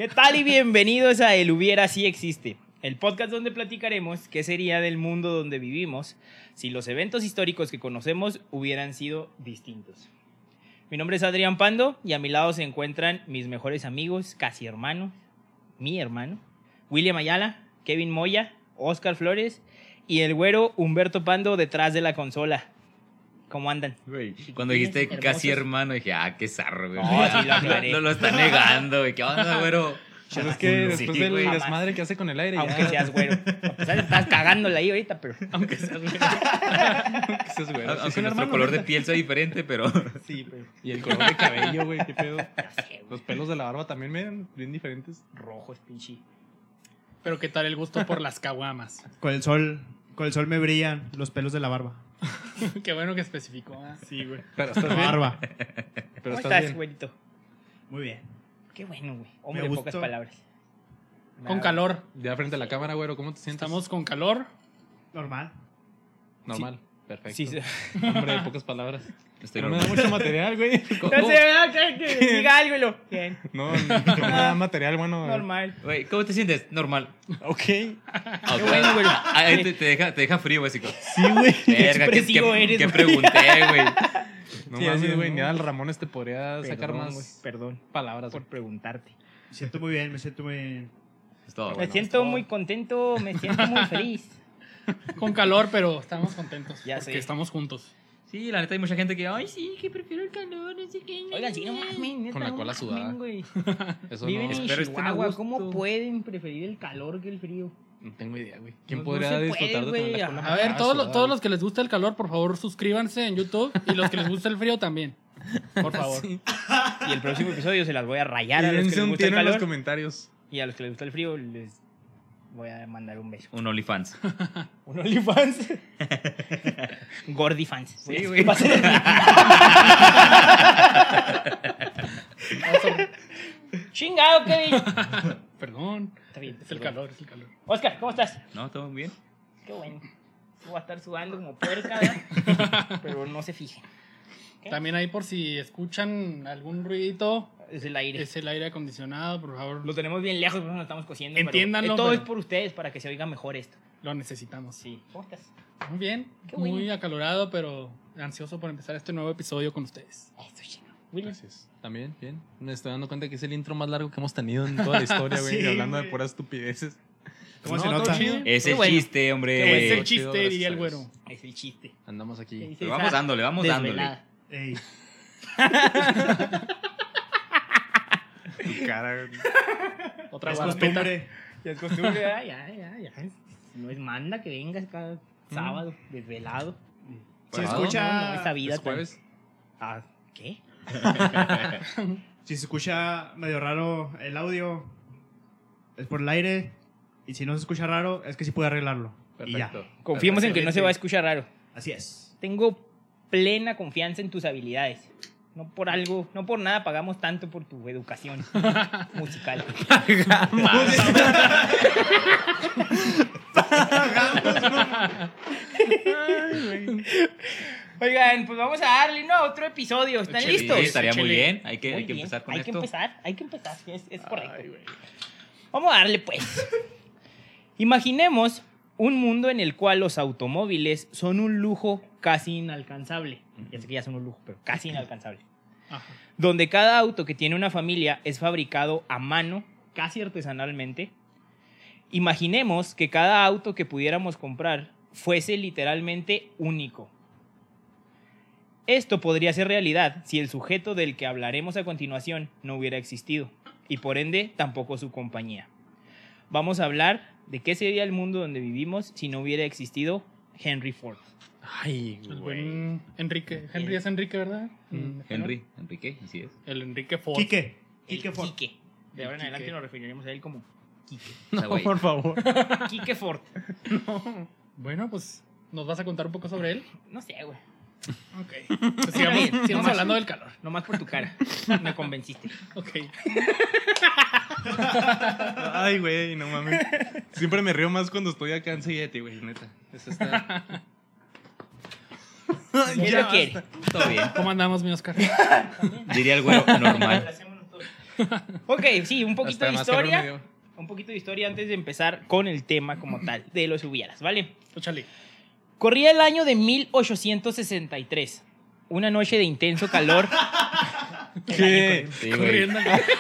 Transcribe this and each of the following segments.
¿Qué tal y bienvenidos a El Hubiera Sí Existe? El podcast donde platicaremos qué sería del mundo donde vivimos si los eventos históricos que conocemos hubieran sido distintos. Mi nombre es Adrián Pando y a mi lado se encuentran mis mejores amigos, casi hermanos, mi hermano, William Ayala, Kevin Moya, Oscar Flores y el güero Humberto Pando detrás de la consola. ¿Cómo andan? Güey, cuando dijiste casi hermano, dije, qué zarro, güey. No, sí lo aclaré. No lo está negando, güey. ¿Qué onda, güero? Pues es que después del desmadre que hace con el aire, Aunque ya. seas güero. A pesar de que estás cagándola ahí ahorita, pero... Aunque seas güero. Aunque nuestro hermano, color de neta. piel sea diferente, pero... Sí, pero... Y el color de cabello, güey, qué pedo. Ya sé, güey. Los pelos de la barba también miran bien diferentes. Rojo es pinche. Pero ¿qué tal el gusto por las caguamas? Con el sol me brillan los pelos de la barba. Qué bueno que especificó. ¿Eh? Sí, güey. Pero estás La bien. barba. Pero ¿Cómo estás estás, bien. güerito? Muy bien. Qué bueno, güey. Hombre, Me en gustó. pocas palabras. Con calor. Ya frente a la cámara, güero, ¿cómo te sientes? Estamos con calor. Normal. Normal. Perfecto. Sí, sí. Hombre, de pocas palabras. Estoy No me da normal. mucho material, güey. No sé, ¿verdad? Que diga algo y lo... Bien. No me da material, bueno. Normal. Güey, ¿cómo te sientes? Normal. Ok. Ah, bueno, güey. Te deja frío, básico. Sí, güey. Verga, expresivo eres, ¿qué güey. pregunté, güey? No Sí, mames, así, güey. ¿no? Ni al Ramones te podría sacar Perdón, más güey, perdón palabras. por güey. preguntarte. Me siento muy bien, me siento muy bien. Es todo, Me bueno. siento muy contento, me siento muy feliz. Con calor, pero estamos contentos. Ya porque sé. estamos juntos. Sí, la neta hay mucha gente que, ay, sí, que prefiero el calor, no sé qué. Oigan, sí, no mames, neta, Con la no cola mamen, sudada. güey. Eso Viven no, en Espero estén a Chihuahua, gusto. ¿cómo pueden preferir el calor que el frío? no tengo idea, güey. ¿Quién No podría se puede, disfrutar de tener güey. la cola A A más ver, sudada, todos los que les gusta el calor, por favor, suscríbanse en YouTube. Y los que les gusta el frío también. Por favor. Sí. Y el próximo episodio se las voy a rayar Y a los que dense les un gusta el tiro en los calor. comentarios. Y a los que les gusta el frío les voy a mandar un beso. Un OnlyFans. Un OnlyFans. Gordifans. Sí, güey. Va a ser el- Chingado, Kevin. Perdón. Está bien. Es el calor, es el calor. Oscar, ¿cómo estás? ¿No? ¿Todo bien? Qué bueno. Voy a estar sudando como puerca, ¿verdad? Pero no se fijen. ¿Qué? También ahí por si escuchan algún ruidito, Es el aire. es el aire acondicionado, por favor. Lo tenemos bien lejos, nos estamos cociendo. pero Entiéndanlo, todo pero- es por ustedes, para que se oiga mejor esto. Lo necesitamos. Sí. ¿Cómo estás? Muy bien. Qué Muy bueno. acalorado, pero ansioso por empezar este nuevo episodio con ustedes. Eso, chico. William. Gracias. También, bien. Me estoy dando cuenta que es el intro más largo que hemos tenido en toda la historia, güey. Sí, hablando de güey. puras estupideces. ¿Cómo No, se todo nota? chido. Es Qué el bueno. chiste, Qué hombre. bueno. Es el chido, chiste, gracias diría a el Dios. güero. Es el chiste. Andamos aquí. Sí, Pero esa vamos dándole, vamos dándole. desvelada. Ey, Tu cara, güey. Otra es guarapeta. costumbre. Ya es costumbre, ¿verdad? Ya. No es manda que vengas cada sábado, desvelado. Se Bueno, escucha, No, esa vida ¿Es jueves? Ah, ¿qué? si se escucha medio raro el audio, es por el aire. Y si no se escucha raro, es que sí puede arreglarlo. Y ya. Perfecto. Confiemos en que no se va a Excelente. escuchar raro. Así es. Tengo plena confianza en tus habilidades. No por algo, no por nada pagamos tanto por tu educación musical. Oigan, pues vamos a darle otro episodio. ¿Están Échale. listos? Sí, estaría muy Échale. bien. Hay Muy que bien. empezar con hay esto. Hay que empezar, es correcto. Ay, güey. Vamos a darle pues. Imaginemos un mundo en el cual los automóviles son un lujo casi inalcanzable. Ya sé que ya son un lujo, pero casi inalcanzable. Ajá. Donde cada auto que tiene una familia es fabricado a mano, casi artesanalmente. Imaginemos que cada auto que pudiéramos comprar fuese literalmente único. Esto podría ser realidad si el sujeto del que hablaremos a continuación no hubiera existido, y por ende tampoco su compañía. Vamos a hablar de qué sería el mundo donde vivimos si no hubiera existido Henry Ford. Ay, El güey. buen Enrique. Henry es Enrique, ¿verdad? Enrique, así es. El Enrique Ford. Quique. El Quique Ford. Quique. De ahora en Quique. adelante nos referiremos a él como Quique. O sea, güey, Por favor. Quique Ford. Bueno, pues, ¿nos vas a contar un poco sobre él? No sé, güey. Ok. Pues sigamos Nomás- hablando del calor. Nomás por tu cara. Me convenciste. Ok. Ay, güey, no mames. Siempre me río más cuando estoy acá enseguida de ti, güey, neta. Eso está... ¿Quién lo quiere? todo bien. ¿Cómo andamos, mi Oscar? Diría el güero normal. Ok, sí, un poquito Hasta de más calor me historia. dio. Un poquito de historia antes de empezar con el tema como tal de los hubieras, ¿vale? Échale. Corría el año de 1863. Una noche de intenso calor. ¿Qué? Sí, güey. Corriendo.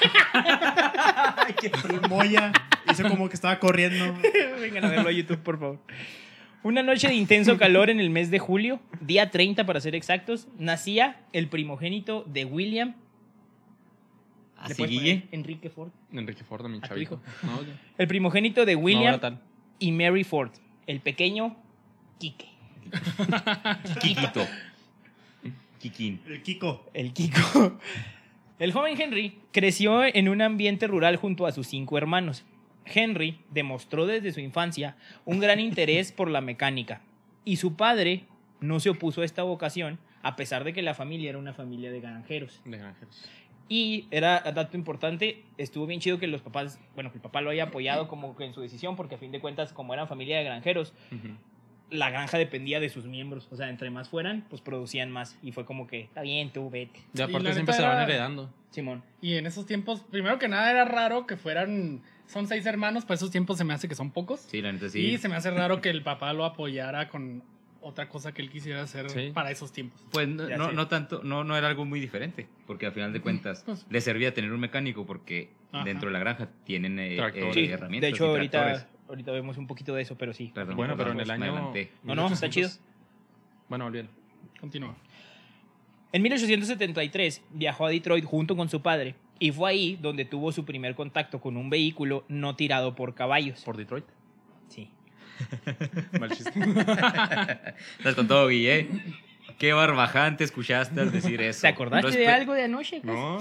El Moya hizo como que estaba corriendo. Vengan a verlo a YouTube, por favor. Una noche de intenso calor en el mes de julio, día 30 para ser exactos, nacía el primogénito de William. ¿Le ¿Así, puedes Guille? poner Enrique Ford. Enrique Ford, mi tu chavito. hijo. No, El primogénito de William no, tal. y Mary Ford. El pequeño Quique. Kikito. Kikín. El Kiko. El Kiko. El joven Henry creció en un ambiente rural junto a sus 5 hermanos. Henry demostró desde su infancia un gran interés por la mecánica y su padre no se opuso a esta vocación a pesar de que la familia era una familia de granjeros. De granjeros. Y era, dato importante, estuvo bien chido que los papás, bueno, que el papá lo haya apoyado como que en su decisión porque a fin de cuentas como eran familia de granjeros, la granja dependía de sus miembros. O sea, entre más fueran, pues producían más. Y fue como que, está bien, tú vete. Y Y aparte la siempre neta se van era- heredando. Simón. Y en esos tiempos, primero que nada era raro que fueran, son 6 hermanos, para esos tiempos se me hace que son pocos. Sí, la neta Y sí. se me hace raro que el papá lo apoyara con otra cosa que él quisiera hacer Sí. para esos tiempos. Pues no, Ya no, sé. no tanto, no era algo muy diferente, porque al final de cuentas Pues- le servía tener un mecánico porque Ajá. dentro de la granja tienen Tractores. Sí, herramientas. de hecho, y tractores. ahorita vemos un poquito de eso, pero sí. Perdón, Bueno, pero en pues, el me año... adelanté. No, está chido. Bueno, olvídalo. Continúa. En 1873 viajó a Detroit junto con su padre y fue ahí donde tuvo su primer contacto con un vehículo no tirado por caballos. ¿Por Detroit? Sí. Mal chiste. Estás con todo, Guille. Qué barbajante escuchaste al decir eso. ¿Te acordaste Lo de espe- algo de anoche? No.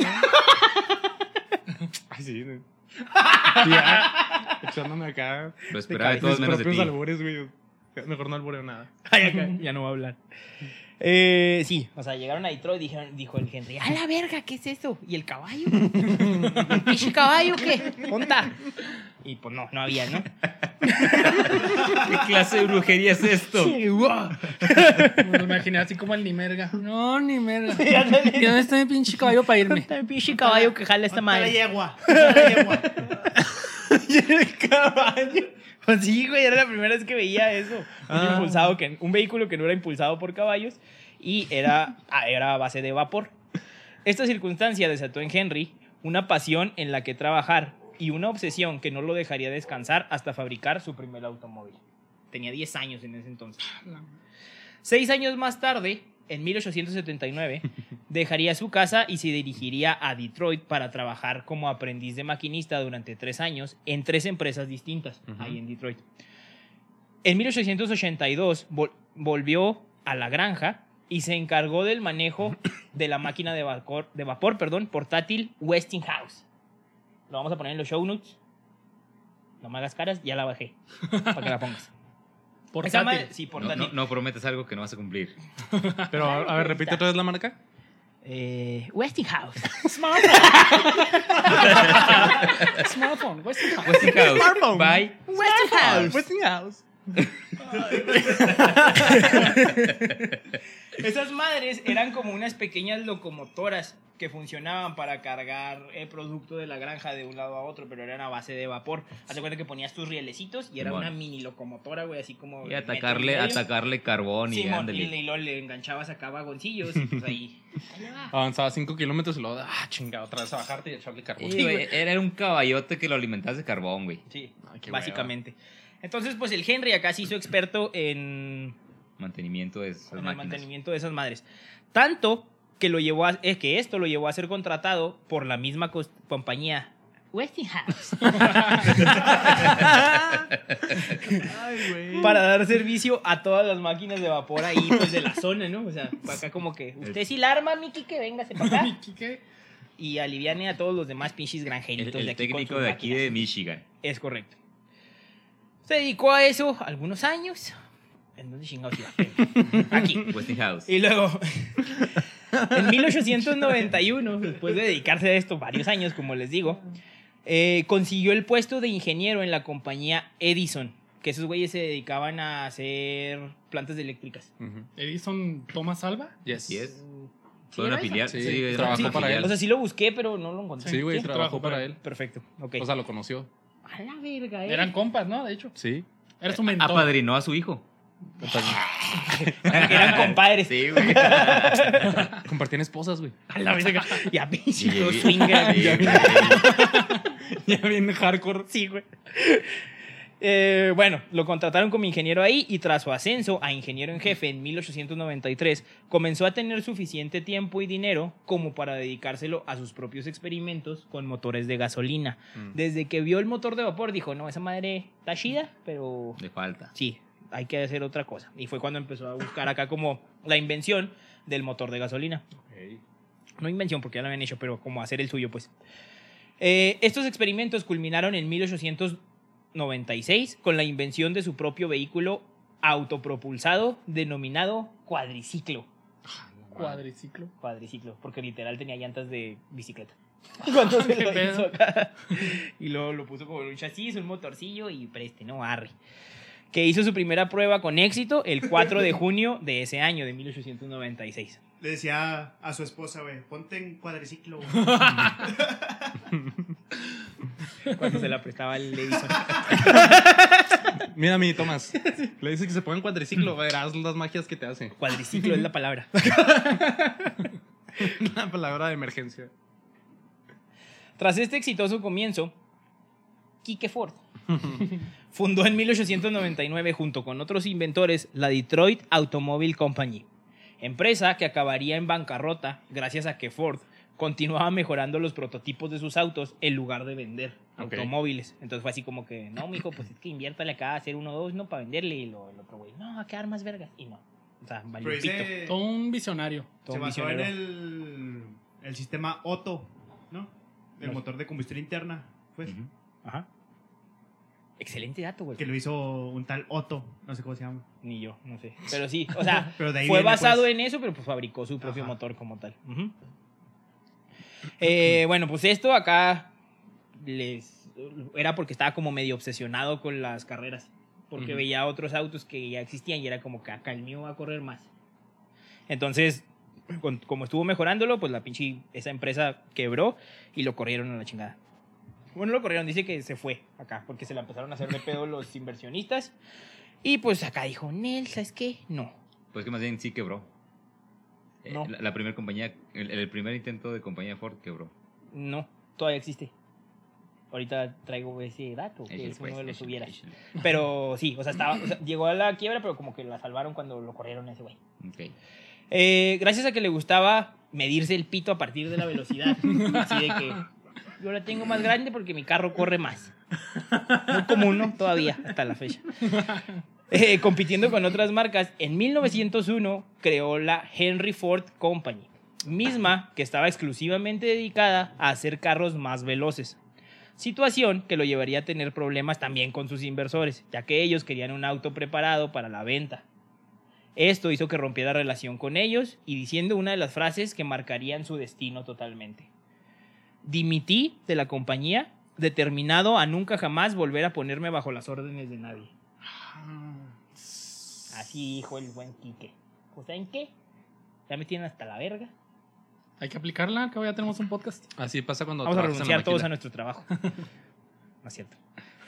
Ay, sí. Ya. Echándome acá. Lo esperaba de todos Mis menos de propios ti. albures, güey. Mejor no albureo nada. Ay, acá, ya no voy a hablar. Sí, o sea, llegaron a Detroit y dijo el Henry, ¡a la verga! ¿Qué es eso? ¿Y el caballo? ¿El pinche caballo qué? ¿Ponta? Y pues no había, ¿no? ¿Qué clase de brujería es esto? Sí, guau. Me lo imaginé así como el Nimerga. No, Nimerga. Sí, ándale. ¿Y dónde está mi pinche caballo para irme? Está el pinche caballo que jala esta Está la madre. yegua. Está la yegua. El caballo. Pues sí, güey, era la primera vez que veía eso. Un vehículo que no era impulsado por caballos y era a base de vapor. Esta circunstancia desató en Henry una pasión en la que trabajar y una obsesión que no lo dejaría descansar hasta fabricar su primer automóvil. Tenía 10 años en ese entonces. 6 años más tarde, en 1879, dejaría su casa y se dirigiría a Detroit para trabajar como aprendiz de maquinista durante 3 años en 3 empresas distintas ahí en Detroit. En 1882 volvió a la granja y se encargó del manejo de la máquina de vapor, portátil Westinghouse. Lo vamos a poner en los show notes. No me hagas caras, ya la bajé. Para que la pongas. Esa madre- Portátil. sí, No, portátil. no prometas algo que no vas a cumplir. Pero, a ver, repite otra vez la marca. Westinghouse. Smartphone. Westinghouse. Westinghouse. Smartphone. Bye. Westinghouse. Westinghouse. Esas madres eran como unas pequeñas locomotoras que funcionaban para cargar el producto de la granja de un lado a otro, pero eran a base de vapor. Haz de cuenta que ponías tus rielecitos y era Simón. una mini locomotora, güey, así como... Y atacarle carbón y Simón, ándale. y luego le enganchabas acá vagoncillos y pues ahí... Avanzaba 5 kilómetros y luego, chingada, otra vez a bajarte y echarle carbón. Sí, güey, era un caballote que lo alimentabas de carbón, güey. Sí, Ay, qué básicamente. Entonces, pues el Henry acá se hizo experto en Mantenimiento de esas en el máquinas. mantenimiento de esas madres. Tanto que que esto lo llevó a ser contratado por la misma compañía Westinghouse Ay, güey. para dar servicio a todas las máquinas de vapor ahí pues de la zona, ¿no? O sea, para acá como que usted sí la arma, Miki, que véngase para acá ¿Qué? y aliviane a todos los demás pinches granjeritos El de aquí con técnico sus de aquí máquinas. de Michigan. Es correcto. Se dedicó a eso algunos años. ¿En dónde chingados iba? Aquí. Westinghouse. Y luego, en 1891, después de dedicarse a esto varios años, como les digo, consiguió el puesto de ingeniero en la compañía Edison, que esos güeyes se dedicaban a hacer plantas eléctricas. Ujú. Edison Thomas Alva. Yes. Yes. Fue una era filial. Sí, Sí, era trabajó una para filial. él. O sea, sí lo busqué, pero no lo encontré. Sí, güey, ¿Sí? trabajó para él. Perfecto, ok. O sea, lo conoció. A la verga, Eran compas, ¿no? De hecho. Sí. Era su mentor. Apadrinó a su hijo. Eran compadres. Sí, güey. Compartían esposas, güey. A la verga. Ya Sí, pinche sí, swinger. sí, Ya güey. Ya bien hardcore. Sí, güey. Bueno, lo contrataron como ingeniero ahí y tras su ascenso a ingeniero en jefe en 1893, comenzó a tener suficiente tiempo y dinero como para dedicárselo a sus propios experimentos con motores de gasolina. Desde que vio el motor de vapor dijo, no, esa madre está chida, pero Le falta. sí, hay que hacer otra cosa. Y fue cuando empezó a buscar acá como la invención del motor de gasolina. No invención porque ya lo habían hecho, pero como hacer el suyo, pues. Estos experimentos culminaron en 1896 con la invención de su propio vehículo autopropulsado denominado cuadriciclo. Cuadriciclo. Cuadriciclo, porque literal tenía llantas de bicicleta. Cuando se Qué lo pedo. hizo acá. Y luego lo puso como en un chasis, un motorcillo y preste, ¿no? Arre. Que hizo su primera prueba con éxito el 4 de junio de ese año, de 1896. Le decía a su esposa, güey, ponte en cuadriciclo, güey. Cuando se la prestaba el Edison. Mira a mí, Tomás. Le dice que se ponga en cuadriciclo. Verás las magias que te hace. Cuadriciclo es la palabra. La palabra de emergencia. Tras este exitoso comienzo, Quique Ford fundó en 1899 junto con otros inventores la Detroit Automobile Company, empresa que acabaría en bancarrota gracias a que Ford continuaba mejorando los prototipos de sus autos en lugar de vender automóviles. Entonces fue así como que, no, mijo, pues es que inviértale acá a hacer uno o dos, no, para venderle. Y el otro güey, no, va a quedar más vergas. Y no, o sea, valió Pero pito. dice, Todo un visionario. Todo se un basó en visionario. el sistema Otto, ¿no? El No. motor de combustión interna, pues. Ujú. Ajá. Excelente dato, güey. Que lo hizo un tal Otto, no sé cómo se llama. Ni yo, no sé. Pero sí, o sea, Pero de ahí fue viene, basado pues. en eso, pero pues fabricó su propio Ajá. motor como tal. Ujú. Bueno, pues esto acá era porque estaba como medio obsesionado con las carreras. Porque Ujú. veía otros autos que ya existían y era como que acá el mío va a correr más. Entonces, como estuvo mejorándolo, pues esa empresa quebró y lo corrieron a la chingada. Bueno, lo corrieron, dice que se fue acá, porque se la empezaron a hacer de pedo los inversionistas. Y pues acá dijo, Nel, ¿sabes qué? No. Pues que más bien sí quebró. No. La primera compañía, el primer intento de compañía Ford quebró. No, todavía existe. Ahorita traigo ese dato, que Échale, es uno pues, de los échale, hubieras. échale. Pero sí, o sea, llegó a la quiebra, pero como que la salvaron cuando lo corrieron a ese güey. Ok. Gracias a que le gustaba medirse el pito a partir de la velocidad. Así de que yo la tengo más grande porque mi carro corre más. Muy común, ¿no? Todavía, hasta la fecha. Compitiendo con otras marcas, en 1901 creó la Henry Ford Company, misma que estaba exclusivamente dedicada a hacer carros más veloces. Situación que lo llevaría a tener problemas también con sus inversores, ya que ellos querían un auto preparado para la venta. Esto hizo que rompiera relación con ellos y diciendo una de las frases que marcarían su destino totalmente. Dimití de la compañía, determinado a nunca jamás volver a ponerme bajo las órdenes de nadie. Así dijo el buen Quique. Pues ¿saben qué? Ya me tienen hasta la verga. Hay que aplicarla, que ya tenemos un podcast. Así pasa cuando Vamos a trabajas en la renunciar todos a maquila. nuestro trabajo. No es cierto.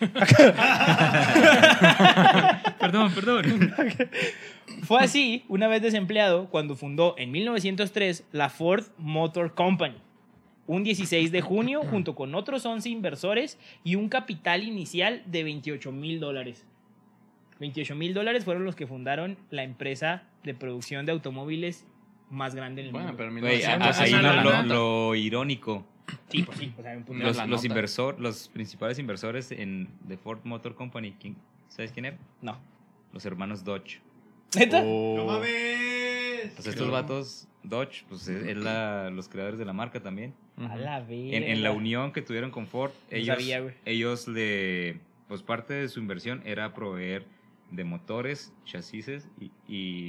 Perdón. Fue así, una vez desempleado, cuando fundó en 1903 la Ford Motor Company. Un 16 de junio, junto con otros 11 inversores y un capital inicial de $28,000. $28,000 fueron los que fundaron la empresa de producción de automóviles más grande en el Bueno, mundo. pero en Güey, 1900 ahí es una lo lana. irónico. Sí, pues sí. O sea, un punto. Mira la Los nota. los principales inversores de Ford Motor Company, ¿sabes quién era? No. Los hermanos Dodge. ¿Neta? Oh. ¡No mames! Pues estos vatos, Dodge, pues es los creadores de la marca también. A la verga. En la unión que tuvieron con Ford, No ellos, sabía, güey. pues parte de su inversión era proveer de motores, chasis y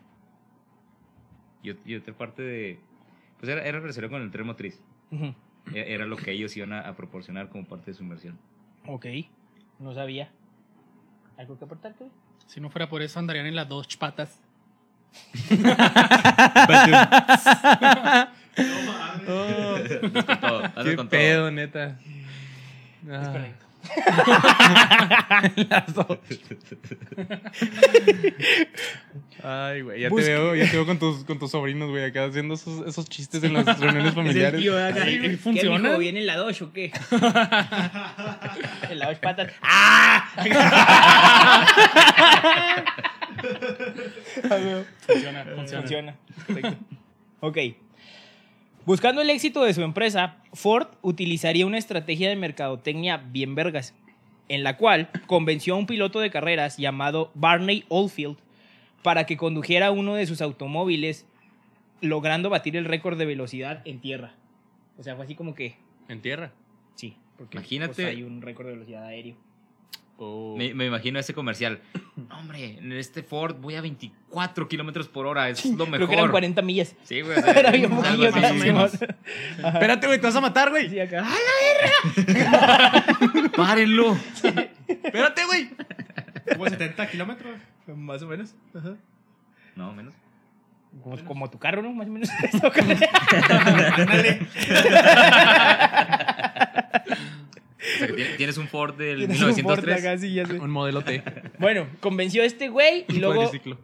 otra parte de, pues era relacionado con el tren motriz. Ujú. Era lo que ellos iban a proporcionar como parte de su inversión. Ok. No sabía. ¿Algo que aportarte? Si no fuera por eso, andarían en las dos patas. Andas con todo, andas Qué con pedo, neta. Ah. Ay, güey, ya te veo con tus sobrinos, güey, acá haciendo esos chistes en las reuniones familiares. ¿Qué, ¿Funciona? mijo, ¿viene en la Dodge o qué? En la Dodge patas. ¡Ah! Funciona. Perfecto. Ok. Buscando el éxito de su empresa, Ford utilizaría una estrategia de mercadotecnia bien vergas, en la cual convenció a un piloto de carreras llamado Barney Oldfield para que condujera uno de sus automóviles, logrando batir el récord de velocidad en tierra. O sea, fue así como que... ¿En tierra? Sí, porque Imagínate. pues, hay un récord de velocidad aéreo. Oh. Me imagino ese comercial. Hombre, en este Ford voy a 24 kilómetros por hora. Es lo mejor. Creo que eran 40 millas. Sí, güey. O sea, Era bien algo poquillo, así. más o menos. Espérate, güey, te vas a matar, güey. Sí, acá. Párenlo. Espérate, güey. Como 70 kilómetros. Más o menos. Ajá. No, menos. Como tu carro, ¿no? Más o menos. Ándale. O sea, que tienes un Ford del Tienes un Ford 1903. acá, sí, ya sé. Un modelo T. Bueno, convenció a este güey y Un luego cuadriciclo.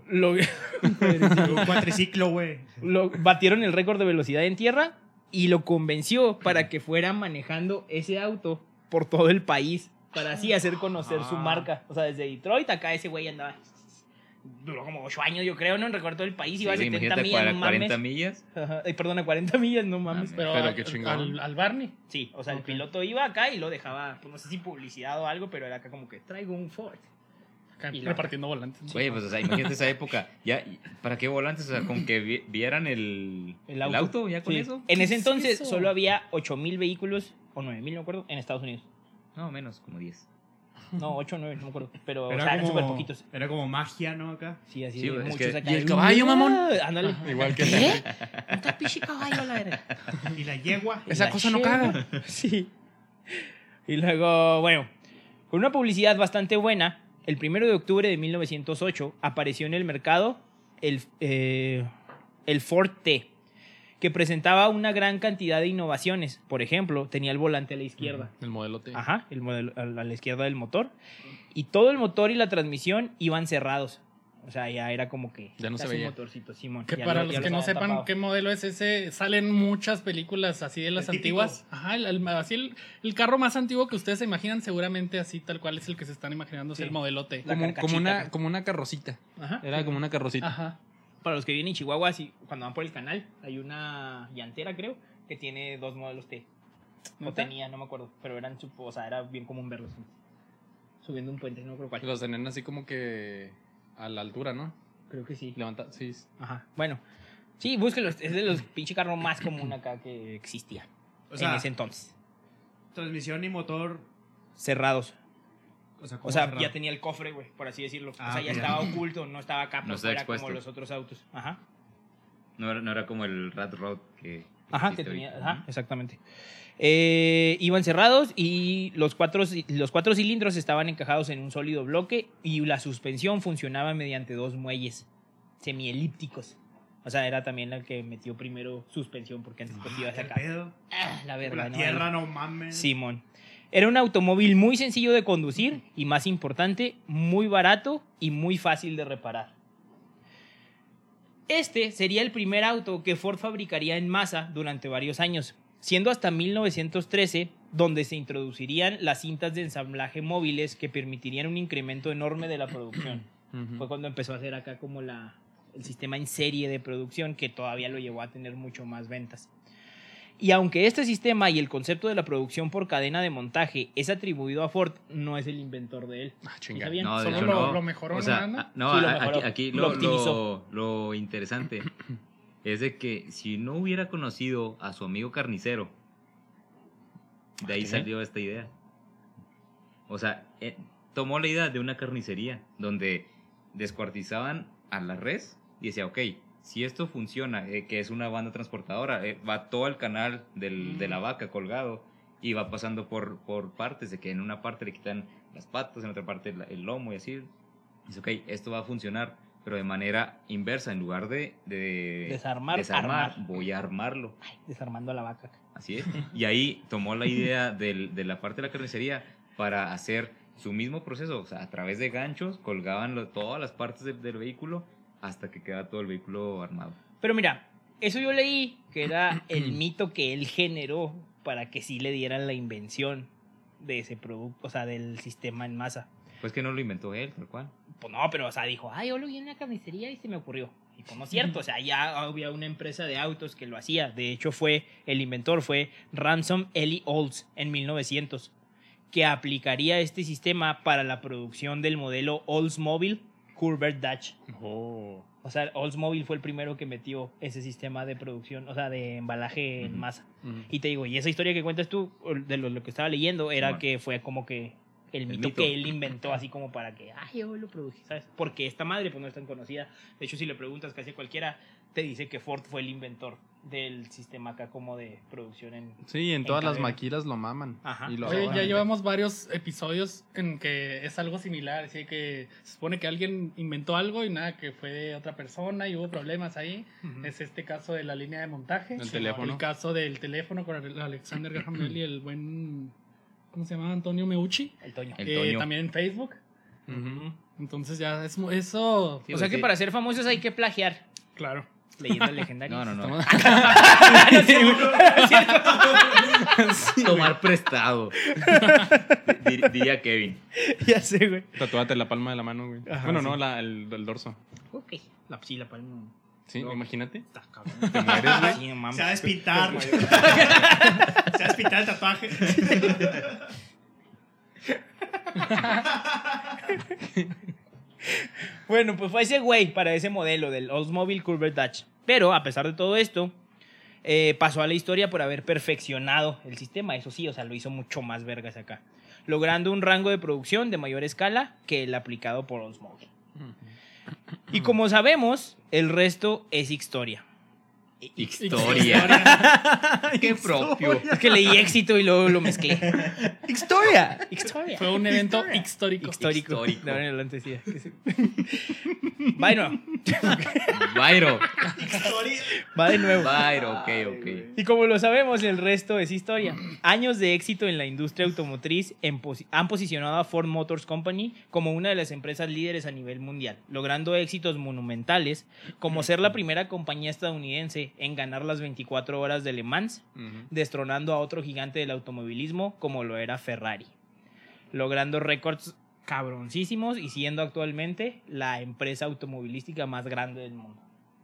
Un cuatriciclo, güey. lo batieron el récord de velocidad en tierra y lo convenció para que fuera manejando ese auto por todo el país para así hacer conocer su marca. O sea, desde Detroit acá ese güey andaba. Duró como 8 años, yo creo, ¿no? Recorrió todo el país, iba a Sí, 70 imagínate, millas, no 40 mames. millas. Ajá. Ay, perdona, 40 millas, no mames. Pero Pero, qué chingón. al Barney. Sí, o sea, Ok. el piloto iba acá y lo dejaba, pues no sé si publicidad o algo, pero era acá como que traigo un Ford. Acá Y la- repartiendo volantes. Oye, pues, o sea, imagínate esa época. Ya, ¿para qué volantes? O sea, con que vieran el auto, ya con Sí. eso. En ese ¿Qué es entonces eso? solo había 8,000 vehículos, o 9,000, no me acuerdo, en Estados Unidos. No, menos, como 10. No, 8 o 9, no me acuerdo. Pero, o sea, Era eran súper como, poquitos. era como magia, ¿no? Acá. Sí, así Sí, de es muchos que- acá. ¿Y el caballo, mamón? Ándale. Igual que ¿Qué? Un tapiche caballo, la verga. Y la yegua. Esa La cosa no Chevy. caga. Sí. Y luego, bueno, con una publicidad bastante buena, el 1 de octubre de 1908 apareció en el mercado el Ford T, que presentaba una gran cantidad de innovaciones. Por ejemplo, tenía el volante a la izquierda. El modelo T. Ajá, el modelo a la izquierda del motor. Y todo el motor y la transmisión iban cerrados. O sea, ya era como que... Ya no se un veía. motorcito, Simón. Que Ya para lo- ya los que no habían sepan tapado. qué modelo es ese, salen muchas películas así de las El típico. antiguas. Ajá, así el carro más antiguo que ustedes se imaginan, seguramente así tal cual es el que se están imaginando, es Sí. el modelo T. La carcachita, Como una carrocita. Ajá. Era como una carrocita. Ajá. Para los que viven en Chihuahua, cuando van por el canal, hay una llantera, creo, que tiene 2 modelos T. O ¿Neta? tenía, no me acuerdo. Pero eran, o sea, era bien común verlos. Subiendo un puente, no me acuerdo cuál. Los tenían así como que a la altura, ¿no? Creo que sí. Levanta, sí. Ajá. Bueno. Sí, búsquenlos. Es de los pinche carros más común acá que existía. O sea, en ese entonces. transmisión y motor. Cerrados. ¿cómo O sea, cerrado? ya tenía el cofre, güey, por así decirlo. Ah, o sea, ya ok. estaba oculto, no estaba acá No por estaba fuera como expuesto. los otros autos. Ajá. No era como el Rat Rod que. Ajá, existe que tenía, ahorita. ajá, exactamente. Iban cerrados y los cuatro cilindros estaban encajados en un sólido bloque y la suspensión funcionaba mediante 2 muelles semielípticos. O sea, era también la que metió primero suspensión porque antes pues ibas ¿Qué acá. pedo? La Por verdad, la ¿no? tierra, no mames. Simón. Era un automóvil muy sencillo de conducir y, más importante, muy barato y muy fácil de reparar. Este sería el primer auto que Ford fabricaría en masa durante varios años, siendo hasta 1913 donde se introducirían las cintas de ensamblaje móviles que permitirían un incremento enorme de la producción. Fue cuando empezó a hacer acá como el sistema en serie de producción que todavía lo llevó a tener mucho más ventas. Y aunque este sistema y el concepto de la producción por cadena de montaje es atribuido a Ford, no es el inventor de él. Ah, ¿Sí chinga. sabían? No, de Solo hecho, lo- no. lo mejoró O sea, nomás, ¿no? no, Sí, lo mejoró. aquí Lo optimizó. lo interesante es de que si no hubiera conocido a su amigo carnicero, de ahí ¿Qué? salió esta idea. O sea, tomó la idea de una carnicería donde descuartizaban a la res y decía, ok, si esto funciona, que es una banda transportadora, va todo el canal de la vaca colgado y va pasando por partes, de que en una parte le quitan las patas, en otra parte el lomo y así. Dice, ok, esto va a funcionar, pero de manera inversa. En lugar de Desarmar, armar. voy a armarlo. Ay, desarmando a la vaca. Así es. Y ahí tomó la idea de la parte de la carnicería para hacer su mismo proceso. O sea, a través de ganchos colgaban todas las partes del vehículo hasta que quedaba todo el vehículo armado. Pero mira, eso yo leí que era el mito que él generó para que sí le dieran la invención de ese producto, o sea, del sistema en masa. Pues que no lo inventó él, tal cual. Pues no, pero o sea, dijo, ay, yo lo vi en la carnicería y se me ocurrió. Y pues no es cierto, o sea, ya había una empresa de autos que lo hacía. De hecho, el inventor fue Ransom Eli Olds en 1900, que aplicaría este sistema para la producción del modelo Oldsmobile Corvette Dodge. Oh. O sea, Oldsmobile fue el primero que metió ese sistema de producción, o sea, de embalaje en masa. Y te digo, y esa historia que cuentas tú, de lo que estaba leyendo, era Simón. que fue como que el mito que él inventó, así como para que, ay, yo lo produje, ¿sabes? Porque esta madre pues no es tan conocida. De hecho, si le preguntas casi a cualquiera, te dice que Ford fue el inventor del sistema acá como de producción en... Sí, en todas las cadena. maquilas lo maman. Ajá. Y lo Oye, adoran. ya llevamos varios episodios en que es algo similar, así que se supone que alguien inventó algo y nada, que fue de otra persona y hubo problemas ahí. Ujú. Es este caso de la línea de montaje. El teléfono. El caso del teléfono con Alexander Graham Bell y el buen, ¿cómo se llama? Antonio Meucci. El Toño. El Toño. También en Facebook. Ujú. Entonces ya es eso. Sí, O sea que sí. para ser famosos hay que plagiar. Claro. Leyendas legendarias. No. No es cierto. Tomar prestado. Diría Kevin. Ya sé, güey. Tatúate la palma de la mano, güey. Ajá, Bueno, sí. no, el dorso. Ok. La palma. Sí, No. imagínate. Está cabrón. Te mueres, güey. Sí, no mames. Se va a despintar. Se va a despintar el tatuaje. Bueno, pues fue ese güey para ese modelo del Oldsmobile Corvette Dodge. Pero a pesar de todo esto, pasó a la historia por haber perfeccionado el sistema. Eso sí, o sea, lo hizo mucho más vergas acá. Logrando un rango de producción de mayor escala que el aplicado por Oldsmobile. Y como sabemos, el resto es historia. Historia. Qué propio. Es que leí éxito y luego lo mezclé. Historia. Fue un evento histórico. Histórico. Histórico. De ahora en adelante sí. Bueno, Vairo. va de nuevo. Vairo, ok. Y como lo sabemos, el resto es historia. Años de éxito en la industria automotriz han posicionado a Ford Motor Company como una de las empresas líderes a nivel mundial, logrando éxitos monumentales como ser la primera compañía estadounidense en ganar las 24 horas de Le Mans, Ujú. destronando a otro gigante del automovilismo como lo era Ferrari, logrando récords cabroncísimos y siendo actualmente la empresa automovilística más grande del mundo.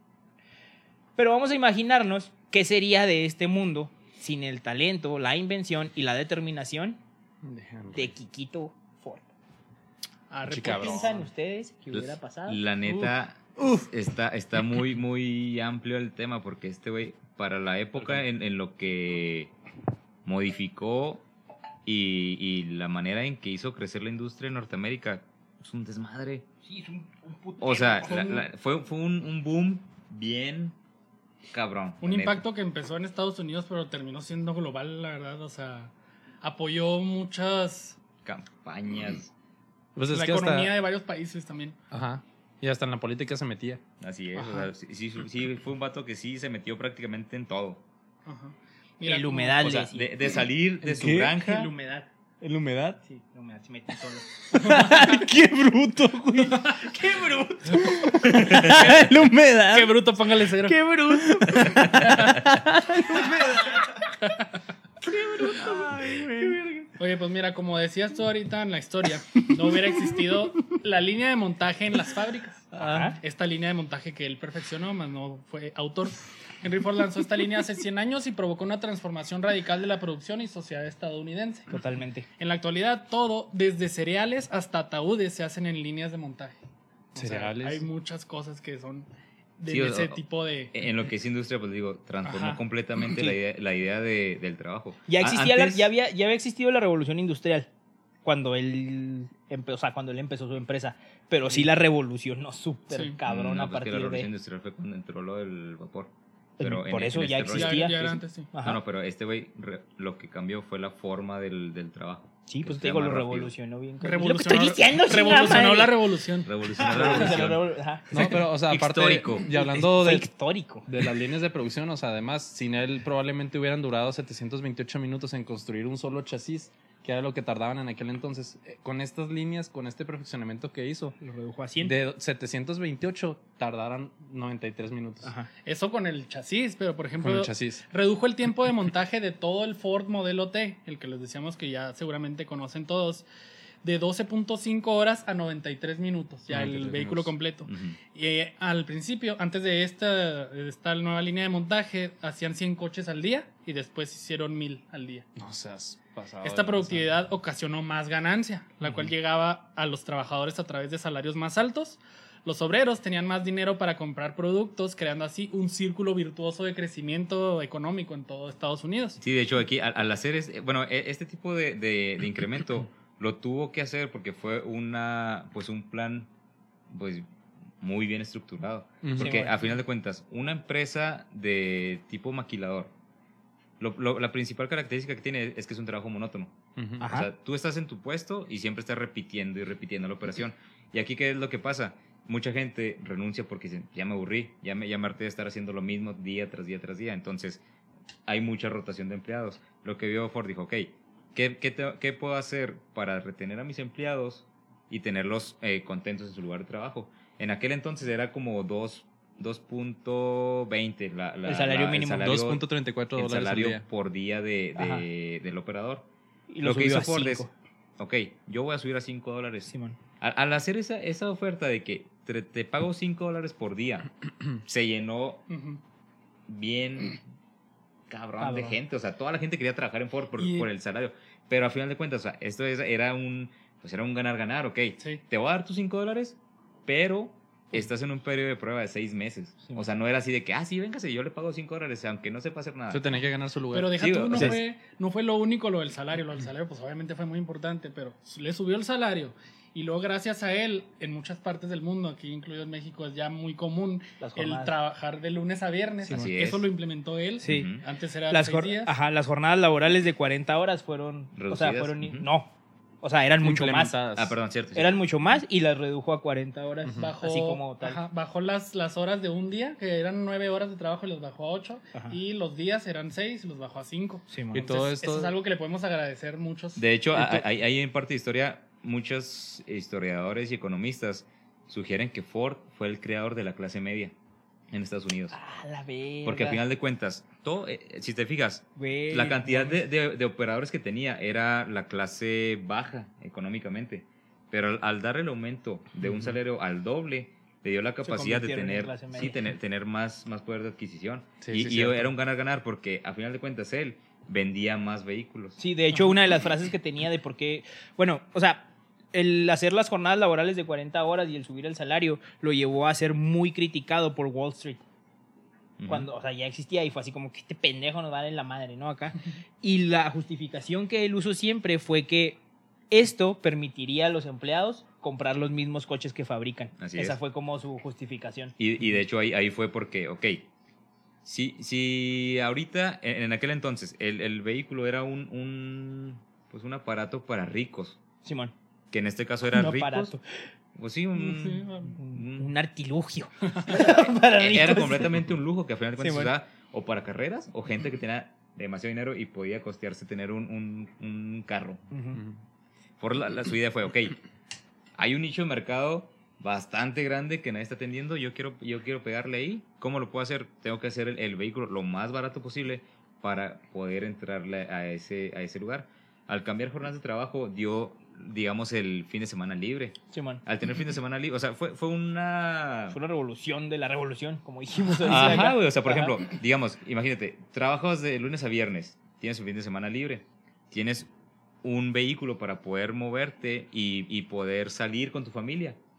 Pero vamos a imaginarnos qué sería de este mundo sin el talento, la invención y la determinación de Kikito Ford. Arre, Sí, ¿Qué cabrón. piensan ustedes que hubiera pasado? La neta, está muy amplio el tema porque este güey, para la época en lo que modificó y la manera en que hizo crecer la industria en Norteamérica, es un desmadre. Sí, es un puto. O sea, fue un boom bien cabrón. Un la neta. impacto que empezó en Estados Unidos, pero terminó siendo global, la verdad. O sea, apoyó muchas. Campañas. Pues es la que economía hasta... de varios países también. Ajá. Y hasta en la política se metía. Así es. Ajá. O sea, sí, fue un vato que sí se metió prácticamente en todo. Ajá. El como- humedal. O sea, Dale, sí. de salir de su ¿Qué? granja. La humedad. ¿En la humedad? Sí, la humedad. Se metió todo. ¡Qué bruto, güey! ¡Qué bruto! ¡La humedad! Qué bruto, póngale cero. ¡Qué bruto! Oye, pues mira, como decías tú ahorita en la historia, no hubiera existido la línea de montaje en las fábricas. Ajá. Esta línea de montaje que él perfeccionó, más no fue autor. Henry Ford lanzó esta línea hace 100 años y provocó una transformación radical de la producción y sociedad estadounidense. Totalmente. En la actualidad, todo, desde cereales hasta ataúdes, se hacen en líneas de montaje. O sea, ¿Cereales? hay muchas cosas que son de Sí, ese tipo de... En lo que es industria, pues digo, transformó Ajá. completamente la idea del trabajo. Ya existía Antes- ya había existido la revolución industrial cuando él empezó, o sea, cuando él empezó su empresa, pero sí la revolucionó súper Sí. cabrón No, a pues que partir la revolución de... industrial fue cuando entró lo del vapor. Pero Por eso ya rollo- existía. Ya era antes, sí. Ajá. No, pero este güey lo que cambió fue la forma del trabajo. Sí, pues Que te sea digo, más lo rápido. revolucionó bien. Es lo que Revolucionó, estoy diciendo, chingada revolucionó madre. la revolución. Revolucionó la revolución. Ajá. No, pero, o sea, aparte. Histórico. Y hablando Fue de, histórico. de las líneas de producción, o sea, además, sin él probablemente hubieran durado 728 minutos en construir un solo chasis, que era lo que tardaban en aquel entonces. Con estas líneas, con este perfeccionamiento que hizo, Lo redujo a 100. de 728 tardaron 93 minutos. Ajá. Eso con el chasis, pero por ejemplo, Con el chasis. redujo el tiempo de montaje de todo el Ford modelo T, el que les decíamos que ya seguramente conocen todos, de 12.5 horas a 93 minutos, ya 93 el vehículo minutos. completo. Ujú. Y al principio, antes de esta nueva línea de montaje, hacían 100 coches al día y después hicieron 1000 al día. No seas pasado. Esta de productividad ocasionó más ganancia, la cual llegaba a los trabajadores a través de salarios más altos. Los obreros tenían más dinero para comprar productos, creando así un círculo virtuoso de crecimiento económico en todo Estados Unidos. Sí, de hecho, aquí al hacer este tipo de incremento lo tuvo que hacer porque fue un plan pues muy bien estructurado. Ujú. Porque bueno. a final de cuentas, una empresa de tipo maquilador, la principal característica que tiene es que es un trabajo monótono. Ujú. Ajá. O sea, tú estás en tu puesto y siempre estás repitiendo y repitiendo la operación. Y aquí, ¿qué es lo que pasa? Mucha gente renuncia porque dicen, ya me aburrí, ya me harté de estar haciendo lo mismo día tras día tras día. Entonces, hay mucha rotación de empleados. Lo que vio Ford dijo, ok, ¿qué puedo hacer para retener a mis empleados y tenerlos contentos en su lugar de trabajo? En aquel entonces era como 2.20 El salario mínimo. 2.34 el dólares salario al día. por día Ajá. del operador. Y Lo que subió hizo a Ford 5. es, ok, yo voy a subir a $5. Simón. Al hacer esa oferta de que te pago $5 por día, se llenó Ujú. bien cabrón de Cabrón. gente. O sea, toda la gente quería trabajar en Ford por Y- el salario. Pero a final de cuentas, o sea, era un ganar-ganar, ok. Sí. Te voy a dar tus $5, pero estás en un periodo de prueba de 6 meses. Sí. O sea, no era así de que, sí, véngase, yo le pago $5, aunque no sepa hacer nada. Se tenía que ganar su lugar. Pero deja Sí, tú, o no, sea, no fue lo único lo del salario. Lo del salario, pues obviamente fue muy importante, pero le subió el salario. Y luego, gracias a él, en muchas partes del mundo, aquí incluido en México, es ya muy común Las el jornadas. trabajar de lunes a viernes. Sí, así Eso es. lo implementó él. Sí. Ujú. Antes era Las, 6 días. las jornadas laborales de 40 horas fueron... Reducidas. fueron... Ujú. No. O sea, eran mucho más. Implementadas. Perdón, cierto. Eran mucho más y las redujo a 40 horas. Bajó, Así como tal. ajá, bajó las horas de un día, que eran 9 horas de trabajo, y los bajó a 8. Ajá. Y los días eran 6 y los bajó a 5. Simón. Y todo esto- Eso es algo que le podemos agradecer muchos. De hecho, hay en parte de historia, muchos historiadores y economistas sugieren que Ford fue el creador de la clase media en Estados Unidos. Ah, la verga. Porque al final de cuentas, si te fijas, Güey, la cantidad no, de operadores que tenía era la clase baja económicamente. Pero al darle el aumento de un salario al doble, le dio la capacidad de convirtieron en tener, clase media. tener más poder de adquisición. Sí, y sí, cierto. era un ganar-ganar porque al final de cuentas él vendía más vehículos. Sí, de hecho, una de las frases que tenía de por qué. Bueno, o sea, el hacer las jornadas laborales de 40 horas y el subir el salario lo llevó a ser muy criticado por Wall Street. Ujú. Cuando, o sea, ya existía y fue así como que este pendejo nos va a dar en la madre, ¿no? Acá. Y la justificación que él usó siempre fue que esto permitiría a los empleados comprar los mismos coches que fabrican. Así Esa es. fue como su justificación. Y de hecho ahí fue porque, ok, si ahorita, en aquel entonces, el vehículo era un aparato para ricos, Simón. que en este caso era Un ricos, aparato. pues sí, Un artilugio. era ricos. completamente un lujo que al final de cuentas Sí, se usaba o para carreras o gente que tenía demasiado dinero y podía costearse tener un carro. Ujú. Ujú. Por su idea fue, ok, hay un nicho de mercado bastante grande que nadie está atendiendo, yo quiero pegarle ahí. ¿Cómo lo puedo hacer? Tengo que hacer el vehículo lo más barato posible para poder entrarle a ese lugar. Al cambiar jornadas de trabajo, dio, digamos, el fin de semana libre. Simón. Al tener fin de semana libre, o sea, fue una... Fue una revolución de la revolución, como dijimos. ahorita Ajá, acá. güey, o sea, por Ajá. ejemplo, digamos, imagínate, trabajas de lunes a viernes, tienes un fin de semana libre, tienes un vehículo para poder moverte y poder salir con tu familia.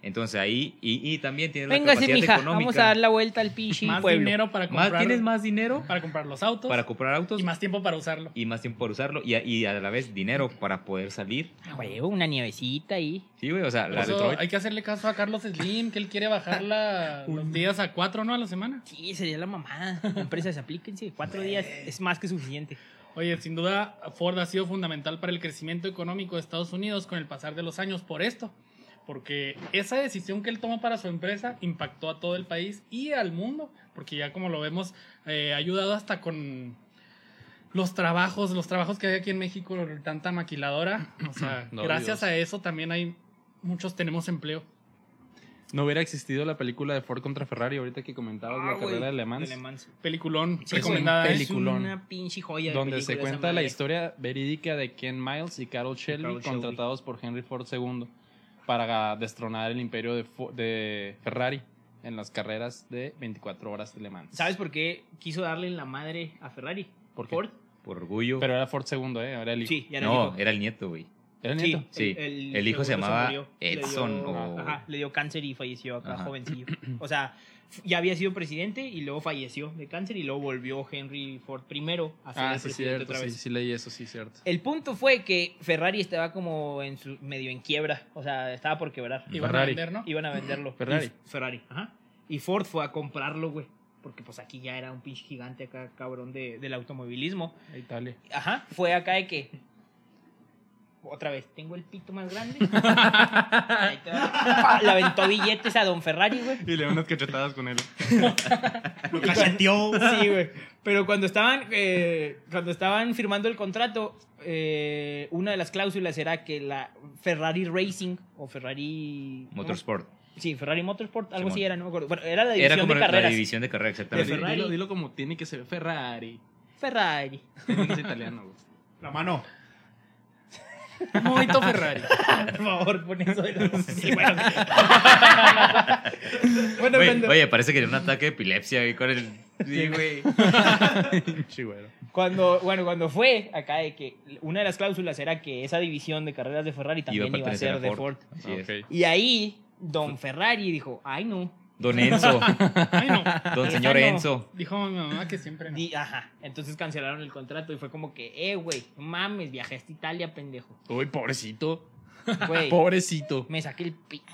Entonces ahí, y también tienes la Véngase, capacidad mija, económica. vamos a dar la vuelta al pichi Más pueblo. dinero para comprar. ¿Tienes más dinero Para comprar los autos. para comprar autos y más tiempo para usarlo. y más tiempo para usarlo y a la vez dinero para poder salir. Ah, güey, una nievecita ahí. Sí, güey, o sea, Por la eso Detroit. hay que hacerle caso a Carlos Slim, que él quiere bajar los días a 4, ¿no? A la semana. Sí, sería la mamada. Empresas, aplíquense. 4 días es más que suficiente. Oye, sin duda, Ford ha sido fundamental para el crecimiento económico de Estados Unidos con el pasar de los años por esto. Porque esa decisión que él tomó para su empresa impactó a todo el país y al mundo. Porque ya como lo vemos, ha ayudado hasta con los trabajos que hay aquí en México, tanta maquiladora. O sea, No, gracias Dios. a eso también muchos tenemos empleo. No hubiera existido la película de Ford contra Ferrari ahorita que comentabas la carrera de Le Mans. De Le Mans. Peliculón, Sí, recomendada. es peliculón. una pinche joya. de Donde se película esa cuenta la madre. historia verídica de Ken Miles y Carroll Shelby, Carroll Shelby. contratados por Henry Ford II para destronar el imperio de Ferrari en las carreras de 24 horas de Le Mans. ¿Sabes por qué quiso darle la madre a Ferrari? ¿Por qué? Ford. Por orgullo. Pero era Ford II, era el hijo. Sí, ya era no, el hijo. era el nieto, güey. ¿Era el Sí, nieto? Sí, el hijo se segundo llamaba murió. Edson Le dio, o- Ajá, le dio cáncer y falleció acá, Ajá. jovencillo. O sea, ya había sido presidente y luego falleció de cáncer y luego volvió Henry Ford primero a ser Ah, el sí, presidente cierto, otra sí, vez. sí leí eso, sí, cierto. El punto fue que Ferrari estaba como medio en quiebra, o sea, estaba por quebrar. Iban Ferrari. a vender, ¿no? Iban a venderlo. Ferrari. Ferrari, ajá. Y Ford fue a comprarlo, güey. Porque pues aquí ya era un pinche gigante acá, cabrón, del automovilismo. Italia. Ajá, fue acá de que... Otra vez, tengo el pito más grande. Ahí te va. Pa, le aventó billetes a Don Ferrari, güey. Y le dio unas cachetadas con él. Lo cacheteó. Sí, güey. Pero cuando estaban firmando el contrato, una de las cláusulas era que la Ferrari Racing o Ferrari... Motorsport. Sí, Ferrari Motorsport, algo Simón. así era, no me acuerdo. Bueno, era la división Era como de la carreras. división de carrera, exactamente. De Ferrari. Dilo como tiene que ser Ferrari. Ferrari. Tiene que ser italiano, güey. La mano. Moito Ferrari. Por favor, pon eso de nuevo. Sí, bueno. Bueno, Güey, cuando, oye, parece que era un ataque de epilepsia güey, con el... Sí, güey. Chigüero. cuando fue acá de que una de las cláusulas era que esa división de carreras de Ferrari también iba a pertenecer ser de Ford. Así es. Ok. Y ahí, Don Ferrari dijo, ay no. Don Enzo. Ay, no. Don Esa señor no. Enzo. Dijo mi mamá que siempre no. Ajá. Entonces cancelaron el contrato y fue como que, güey, no mames, viajé hasta Italia, pendejo. Uy, pobrecito. Güey, Pobrecito. me saqué el pito.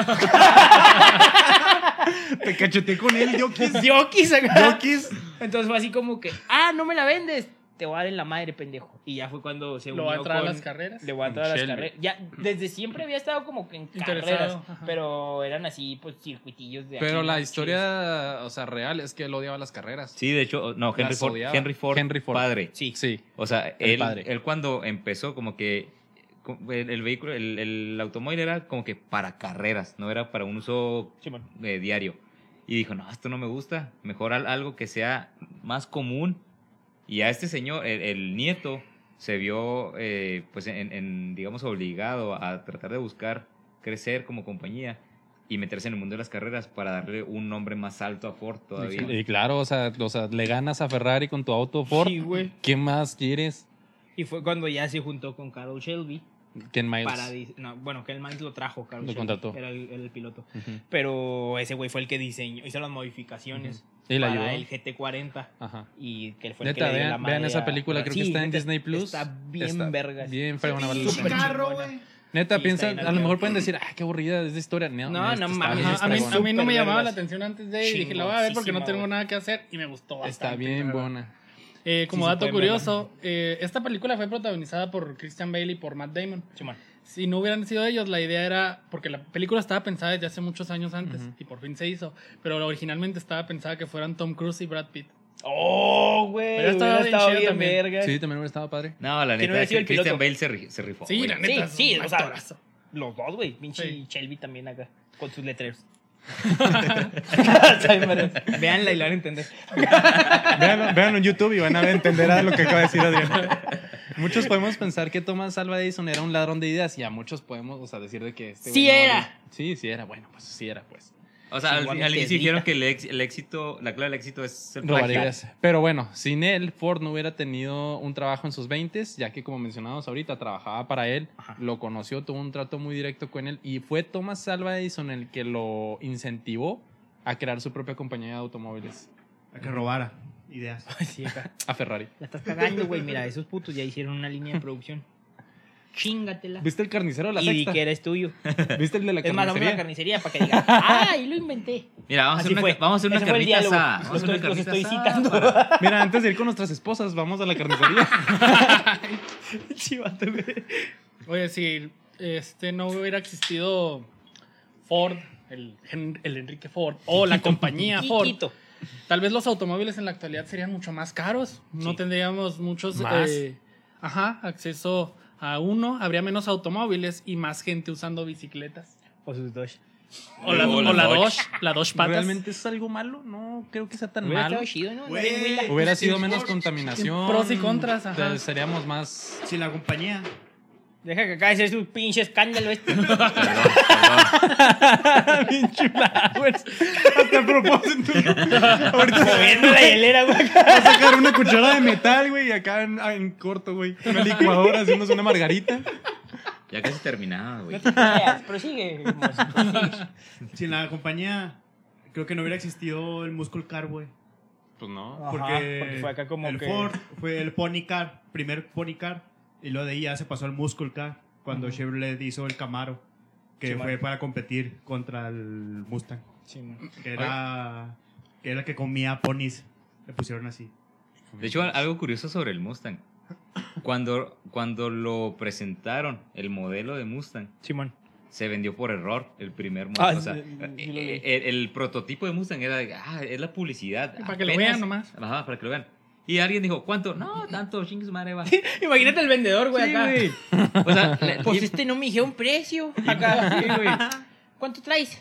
Te cacheteé con él, Diokis. Diokis acá. Diokis. Entonces fue así como que, no me la vendes. Te voy a dar en la madre, pendejo. Y ya fue cuando se ¿Lo unió va a entrar a con... las carreras? Le voy a entrar a las Shelby. carreras. Ya, desde siempre había estado como que en Interesado, carreras. ajá. Pero eran así, pues, circuitillos de... Pero aquí, la ¿no? historia, o sea, real es que él odiaba las carreras. Sí, de hecho, no, Henry Las Ford, odiaba. Henry Ford, Henry Ford. padre. Sí. Sí. O sea, El padre. él cuando empezó, como que el vehículo, el automóvil era como que para carreras, no era para un uso Simón. diario. Y dijo, no, esto no me gusta, mejor algo que sea más común. Y a este señor, el nieto, se vio, pues, digamos, obligado a tratar de buscar crecer como compañía y meterse en el mundo de las carreras para darle un nombre más alto a Ford todavía. Y claro, o sea, le ganas a Ferrari con tu auto Ford. Sí, güey. ¿Qué más quieres? Y fue cuando ya se juntó con Carroll Shelby. Ken Miles. Ken Miles lo trajo, Carroll Lo Shelby. contrató. Era el piloto. Ujú. Pero ese güey fue el que diseñó, hizo las modificaciones Y le para ayudó. el GT40. Ajá. Y que él fue el Neta, que le dio la vean madre esa a- película, creo que Sí, está en neta, Disney Plus. Está bien vergas. Bien fregona, vale la Súper pena. Carro, chingona. güey. Neta, Sí, piensa, está bien a lo mejor vergas. pueden decir, qué aburrida es esta historia. No, No, neta, no está mames, bien está A mí, bien fregona. a mí no me Súper llamaba la vergas. atención antes de y dije, la voy a ver porque no Chingoncísima, tengo güey. nada que hacer y me gustó bastante. Está bien la verdad. buena. Como Sí, se dato pueden curioso, esta película fue protagonizada por Christian Bale y por Matt Damon. Simón. Si no hubieran sido ellos, la idea era, porque la película estaba pensada desde hace muchos años antes Ujú. y por fin se hizo, pero originalmente estaba pensada que fueran Tom Cruise y Brad Pitt. ¡Oh, güey! Pero estaba Hubiera bien estado chida bien también. vergas. Sí, también hubiera estado padre. No, la ¿Quién neta, hubiera sido el Christian piloto? Bale se rifó. Sí, güey. la neta. Sí, es un o sea, actorazo. Los dos, güey. Pinche Sí. Shelby también acá, con sus letreros. Veanla y la van a entender. Véanlo en YouTube y van a entender a lo que acaba de decir Adrián. Muchos podemos pensar que Thomas Alva Edison era un ladrón de ideas y a muchos podemos, o sea, decir de que... Sí güey no, era. Sí, sí era. Bueno, pues sí era, pues. O sea, Chingón, al inicio Teslita. dijeron que el éxito, la clave del éxito es el Robar plagio. ideas. Pero bueno, sin él, Ford no hubiera tenido un trabajo en sus 20s, ya que como mencionamos ahorita, trabajaba para él, Ajá. lo conoció, tuvo un trato muy directo con él y fue Thomas Alva Edison el que lo incentivó a crear su propia compañía de automóviles, A que robara ideas. Sí, acá. a Ferrari. La estás cagando, güey. Mira, esos putos ya hicieron una línea de producción. Chingatela. ¿Viste el carnicero de la Y di sexta? que eres tuyo. ¿Viste el de la Es más, vamos a la carnicería? carnicería para que digan, ¡ay, lo inventé! Mira, vamos a Así hacer fue. una, vamos a hacer una Ese fue el carnita diálogo. asada. Vamos a hacer una Los carnita estoy asada citando. para- Mira, antes de ir con nuestras esposas, vamos a la carnicería. Chivato, güey. Oye, si no hubiera existido Ford, el Enrique Ford, o la compañía Ford, Chiquito. tal vez los automóviles en la actualidad serían mucho más caros. No Sí. tendríamos muchos Más. acceso a uno, habría menos automóviles y más gente usando bicicletas. O sus dos. O la Dodge patas. ¿Realmente es algo malo? No creo que sea tan Hubiera malo. estado chido, ¿no? Güey. Muy la- Hubiera sido Sí, menos Ford. contaminación. Pros y contras, ajá. Seríamos más... Sin la compañía. Deja que acá de ser su pinche escándalo este. Perdón. Pinche flowers. Hasta a propósito. Ahorita Moviendo la hielera, güey. va a sacar una cuchara de metal, güey, y acá en corto, güey. Una licuadora haciéndose una margarita. Ya casi terminaba, güey. Prosigue. hermoso, prosigue. Sin la compañía, creo que no hubiera existido el Muscle Car, güey. Pues no. Ajá, Porque fue acá como el que... Ford fue el Pony Car, primer Pony Car. Y luego de ahí ya se pasó al Muscle Car cuando Chevrolet hizo el Camaro, que Sí, fue man. para competir contra el Mustang, Sí, man. que era el que comía ponis. Le pusieron así. De hecho, algo curioso sobre el Mustang. Cuando lo presentaron, el modelo de Mustang, Simón. se vendió por error el primer Mustang. Ah, O sea, sí, sí lo leí. el prototipo de Mustang era, es la publicidad. Para que lo apenas- vean nomás. Ajá, para que lo vean. Y alguien dijo, ¿cuánto? No, tanto, chingue su madre, va. Imagínate el vendedor, güey, Sí, acá. güey. O sea, Pues este no me dijeron precio. Acá. sí, güey. ¿Cuánto traes?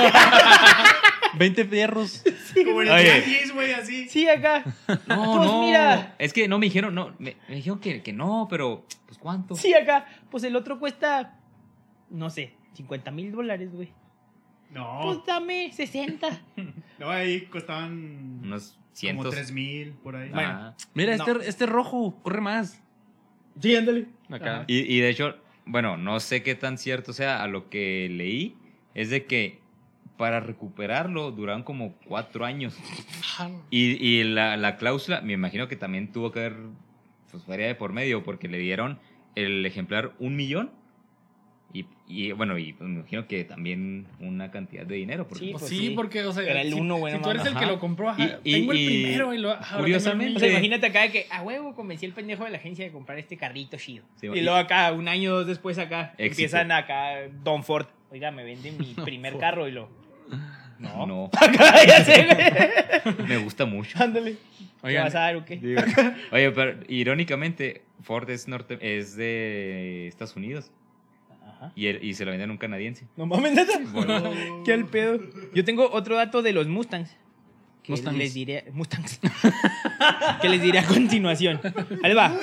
20 fierros. Como en el Oye. Tianguis, güey, así. Sí, acá. No, Pues no. mira. Es que no me dijeron, no, me dijeron que no, pero, pues, ¿cuánto? Sí, acá. Pues el otro cuesta, no sé, $50,000, güey. No, Pues dame 60. no, ahí costaban Unos como cientos. 3,000 por ahí. Ajá. Mira, No. este rojo corre más. Sí, ándale. Acá. Y de hecho, bueno, no sé qué tan cierto sea, a lo que leí, es de que para recuperarlo duraron como 4 años. Y la cláusula, me imagino que también tuvo que haber, pues, feria de por medio, porque le dieron el ejemplar 1 millón. Y bueno, y pues, me imagino que también una cantidad de dinero. Porque, Sí, Pues pues sí, sí. porque, o sea, Era el si, uno, güey, si tú nomás. eres el que Ajá. lo compró, ajá, Y- tengo el y- primero y lo ahora curiosamente- tengo O sea, el- imagínate acá de que a huevo convencí al pendejo de la agencia de comprar este carrito chido. Sí, y luego acá, un año o dos después acá, Éxito. empiezan acá Don Ford. Oiga, me venden mi primer carro y lo... No. no, Acá, ya sé, güey. me gusta mucho. Ándale. ¿Qué Oigan, vas a dar o qué? Digo, oye, pero irónicamente, Ford es de Estados Unidos Ajá. y se lo venden a un canadiense. No mames, neta. Bueno. ¿Qué al pedo? Yo tengo otro dato de los Mustangs. Que Mustangs. les diré... Mustangs. que les diré a continuación. Ahí va.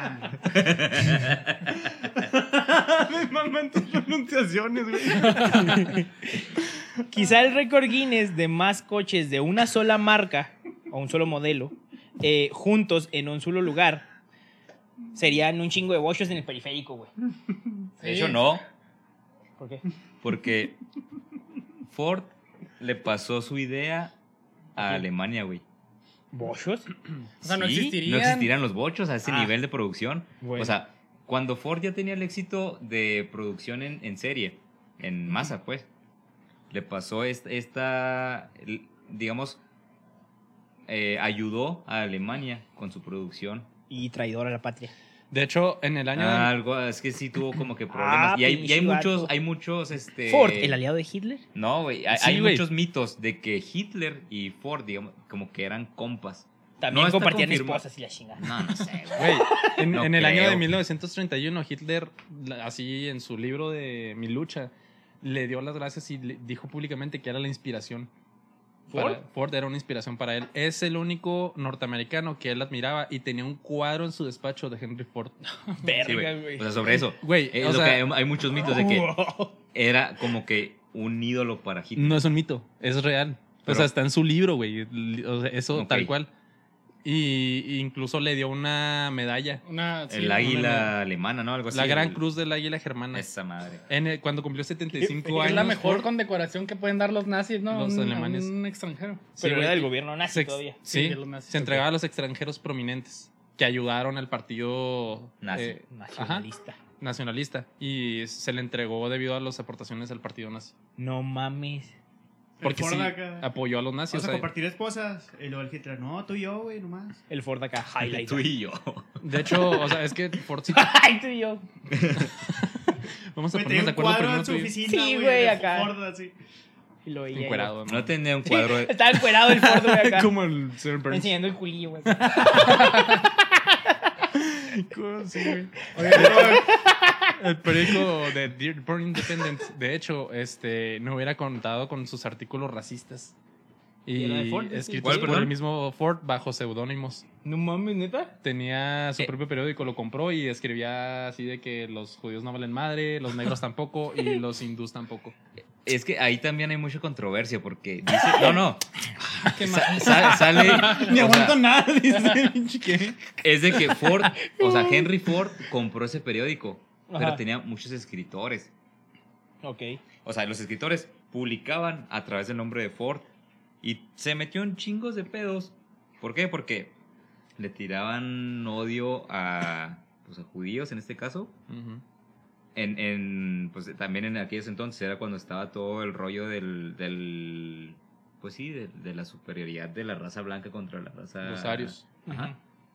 me maman tus pronunciaciones, güey. Quizá el récord Guinness de más coches de una sola marca o un solo modelo juntos en un solo lugar serían un chingo de bochos en el periférico, güey. De hecho, no, ¿Por qué? porque Ford le pasó su idea a Alemania, güey. ¿Bochos? O sea, no Sí, existirían. No existirían los bochos a ese Ah. nivel de producción. Bueno. O sea, cuando Ford ya tenía el éxito de producción en serie, en masa, pues, le pasó digamos, ayudó a Alemania con su producción. Y traidor a la patria. De hecho, en el año... Algo, es que sí tuvo como que problemas. y hay pinche muchos, vato. ¿Ford, el aliado de Hitler? No, güey, hay, Sí, hay güey. muchos mitos de que Hitler y Ford, digamos, como que eran compas. También No está compartían confirmado. esposas y la chingada. No, no sé, güey. Güey, No en el año creo. de 1931, Hitler, así en su libro de Mi lucha, le dio las gracias y le dijo públicamente que era la inspiración. Ford era una inspiración para él. Es el único norteamericano que él admiraba y tenía un cuadro en su despacho de Henry Ford. Sí, Verga, güey. güey. O sea, sobre eso. Güey, Es o lo sea, que hay muchos mitos de que era como que un ídolo para Hitler. No es un mito, es real. Pero- o sea, está en su libro, güey. O sea, eso Ok. tal cual. Y incluso le dio una medalla. El águila alemana, ¿no? Algo así. La Gran el- Cruz del Águila Germana. Esa madre. Cuando cumplió 75 Es años. la mejor Ford, condecoración que pueden dar los nazis, ¿no? Los A alemanes. un extranjero. sí, Pero güey, era del gobierno nazi se, todavía. sí, Sí, de los nazis. se entregaba a los extranjeros prominentes que ayudaron al partido Nazi. Nacionalista. nacionalista. Y se le entregó debido a las aportaciones al partido nazi. No mames. Porque Ford sí, acá. apoyó a los nazis. Vamos o a sea, compartir esposas. Y luego el Hitler, no, tú y yo, güey, nomás. El Ford acá, highlight. Tú y yo. de hecho, o sea, es que Ford sí. Ay, tú y yo. Vamos a Güey, tenía ponernos de un acuerdo cuadro primero en su tú y yo. oficina, Sí, güey, güey, de acá. Ford, así. Y lo veía. Encuerado, ¿no? No tenía un cuadro de... Estaba encuerado el Ford, güey, acá. Como el Sir Burns. Enseñando el culillo, güey. Sí, güey. El periódico de Dearborn Independent, de hecho, no hubiera contado con sus artículos racistas. ¿Y era de Y Ford, ese? escritos ¿Cuál, por perdón? el mismo Ford bajo seudónimos. No mames, neta. Tenía su propio periódico, lo compró y escribía así de que los judíos no valen madre, los negros tampoco y los hindús tampoco. Es que ahí también hay mucha controversia porque dice... No. Qué mal. Sale... Ni o aguanto sea, nada, dice. ¿Qué? es de que Ford, o sea, Henry Ford compró ese periódico, pero Ajá. tenía muchos escritores. Ok. O sea, los escritores publicaban a través del nombre de Ford y se metió en chingos de pedos. ¿Por qué? Porque le tiraban odio a judíos en este caso. Ujú. Pues también en aquellos entonces era cuando estaba todo el rollo del pues sí, de la superioridad de la raza blanca contra la raza... Los arios. Ajá.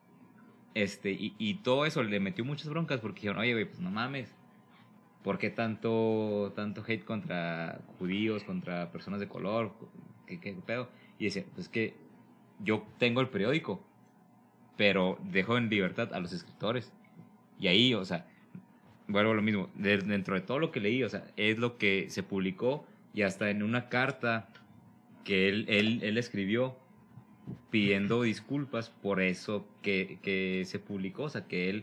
Y todo eso le metió muchas broncas porque dijeron, oye, güey, pues no mames. ¿Por qué tanto hate contra judíos, contra personas de color? ¿Qué pedo? Y decía, pues que yo tengo el periódico, pero dejo en libertad a los escritores. Y ahí, o sea, vuelvo a lo mismo. Dentro de todo lo que leí, o sea, es lo que se publicó y hasta en una carta que él escribió pidiendo disculpas por eso que se publicó, o sea, que él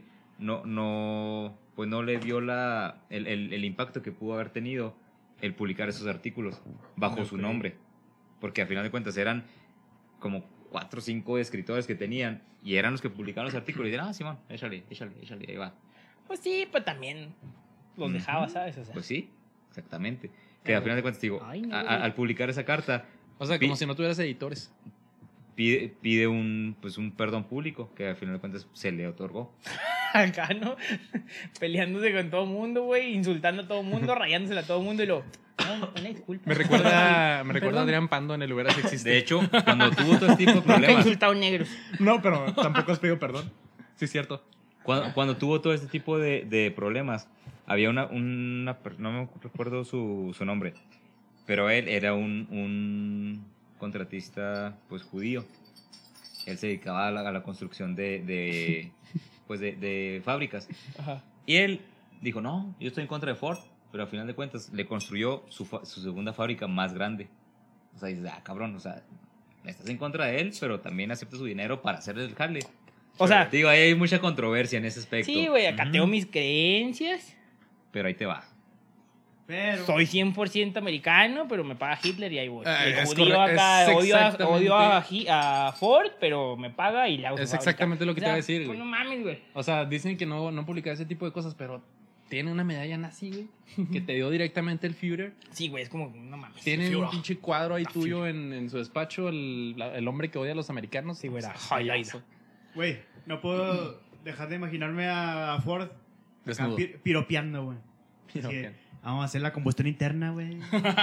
no le vio el impacto que pudo haber tenido el publicar esos artículos bajo su nombre, porque al final de cuentas eran como 4 o 5 escritores que tenían y eran los que publicaban los artículos y dijeron, Simón, échale, ahí va. Pues sí, pues también los dejaba, ¿sabes? O sea, Pues sí, exactamente, que al final de cuentas digo, Ay, no, al publicar esa carta O sea, como si no tuvieras editores. pide un perdón público que al final de cuentas se le otorgó. acá, ¿no? Peleándose con todo el mundo, güey, insultando a todo el mundo, rayándosela a todo el mundo y lo... No, una disculpa. Me recuerda a Perdón. Adrián Pando en el lugar así existe. De hecho, cuando tuvo todo este tipo de Nunca he problemas, insultado negros. No, pero tampoco has pedido perdón. Sí, es cierto. cuando tuvo todo este tipo de problemas, había no me recuerdo su nombre, pero él era un contratista pues judío. Él se dedicaba a la construcción de fábricas. Ajá. Y él dijo, no, yo estoy en contra de Ford, pero al final de cuentas le construyó su segunda fábrica más grande. O sea, dices, cabrón, o sea, estás en contra de él, pero también aceptas su dinero para hacerle el jale. O sea, Digo, ahí hay mucha controversia en ese aspecto. sí, güey, acateo mis creencias. Pero ahí te va. Pero... Soy 100% americano, pero me paga Hitler y ahí voy. Ah, El es judío correcto, acá es odio exactamente- a Ford, pero me paga y le hago su Es fábrica. exactamente lo que te iba a decir, Pues güey. no mames, güey. O sea, dicen que no publica ese tipo de cosas, pero tiene una medalla nazi, güey, que te dio directamente el Führer. Sí, güey, es como, no mames. Tiene Führer. un pinche cuadro ahí tuyo en su despacho, el hombre que odia a los americanos. Sí, güey, era Pues, highlight. Güey, no puedo dejar de imaginarme a Ford acá Desnudo. piropeando, güey. Así Piropeando. que, vamos a hacer la combustión interna, güey.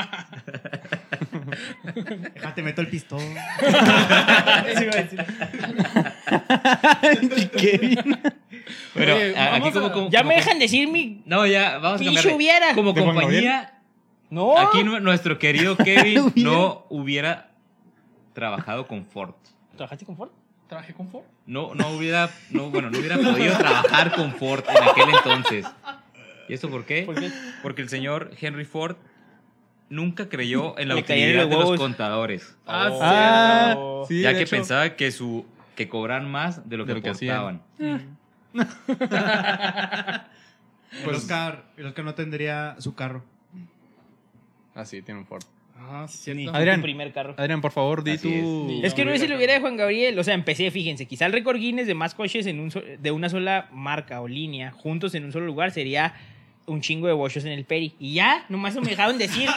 Déjate, meto el pistón. Eso iba a decir. Pero Oye, aquí vamos a- Ya me dejan decir mi No, ya, vamos a pinche cambiar. hubiera. Como ¿Te pongo compañía, No. aquí nuestro querido Kevin no hubiera trabajado con Ford. ¿Trabajaste con Ford? ¿Trabajé con Ford? No hubiera podido trabajar con Ford en aquel entonces. ¿Y esto por qué? ¿Por qué? Porque el señor Henry Ford nunca creyó en la Le caían utilidad los de los huevos. contadores, Ah, Oh. sí, ya de que hecho. pensaba que cobran más de lo que hacían. aportaban. El Oscar no tendría su carro. Ah, sí, tiene un Ford. Ah, sí, Ni cierto. tu Adrián. primer carro. Adrián, por favor, di Así tu... Es que no es el hubiera de Juan Gabriel. O sea, empecé, fíjense, quizá el récord Guinness de más coches de una sola marca o línea juntos en un solo lugar sería un chingo de bochos en el Peri. Y ya, nomás me dejaron decir.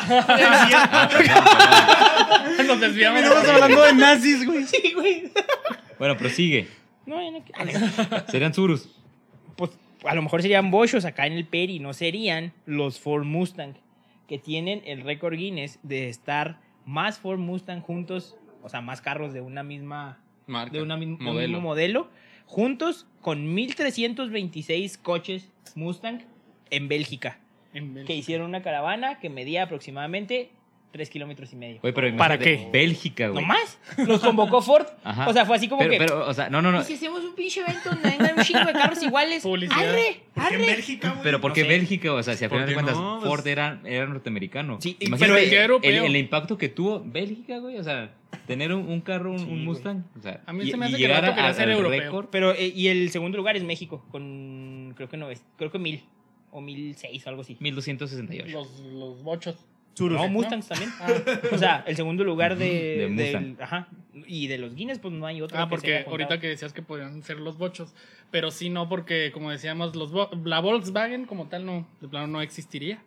Nos desviamos. Estamos hablando de nazis, güey. Sí, güey. Bueno, prosigue. No, ya no. Serían Surus. Pues a lo mejor serían bochos acá en el Peri, no serían los Ford Mustang, que tienen el récord Guinness de estar más Ford Mustang juntos, o sea, más carros de una misma Marca, de un modelo. mismo modelo, juntos con 1,326 coches Mustang en Bélgica, En Bélgica. que hicieron una caravana que medía aproximadamente 3,5 kilómetros. Güey, pero ¿Para imagínate, qué? Bélgica, güey. ¿No más? Los convocó Ford. Ajá. O sea, fue así como que... Pero, o sea, no. ¿Y si hacemos un pinche evento donde vengan un chingo de carros iguales? Publicidad. ¡Arre! ¿Por qué en ¡Arre! Bélgica, güey? Pero ¿por qué No sé. Bélgica? O sea, si a ¿Por final de qué cuentas no? Ford era norteamericano. Sí, Imagínate pero ¿qué europeo? el impacto que tuvo Bélgica, güey. O sea, tener un carro, un Mustang. O sea, A mí se me hace que llegar el vato quería al ser europeo. récord. Pero, y el segundo lugar es México, con creo que 1,000 o 1,006 o algo así. 1268. Los bochos. Surus. No, Mustangs también. O sea, el segundo lugar De Mustang. del, ajá. Y de los Guinness, pues no hay otro. Ah, que se porque haya ahorita juntado. que decías que podían ser los bochos. Pero sí, no, porque como decíamos, la Volkswagen como tal no, de plano no existiría.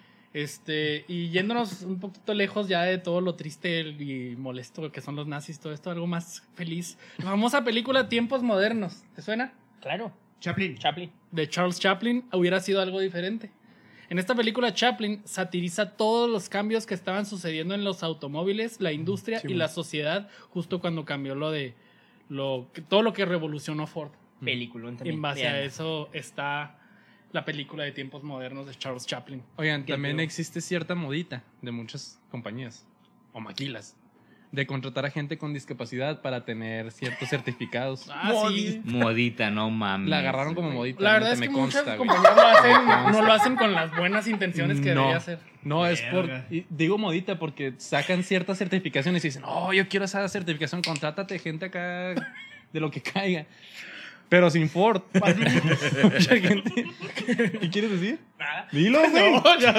Y yéndonos un poquito lejos ya de todo lo triste y molesto que son los nazis, todo esto, algo más feliz. La famosa película Tiempos Modernos, ¿te suena? Claro, Chaplin. Chaplin. De Charles Chaplin hubiera sido algo diferente. En esta película Chaplin satiriza todos los cambios que estaban sucediendo en los automóviles, la industria y la sociedad justo cuando cambió todo lo que revolucionó Ford. Película Y también. en base a Vean. eso está la película de Tiempos Modernos de Charles Chaplin. Oigan, Qué también feo. existe cierta modita de muchas compañías o maquilas de contratar a gente con discapacidad para tener ciertos certificados. Ah, sí. Modita, no mames. La agarraron como modita. La verdad es neta, que me muchas consta, güey. compañías lo hacen, Me consta. no lo hacen con las buenas intenciones que No. debería hacer. No, es por. Verga. y digo modita porque sacan ciertas certificaciones y dicen, oh, yo quiero esa certificación, contrátate gente acá de lo que caiga. Pero sin Ford. Mucha gente. ¿Qué quieres decir? Nada. Dilo, güey.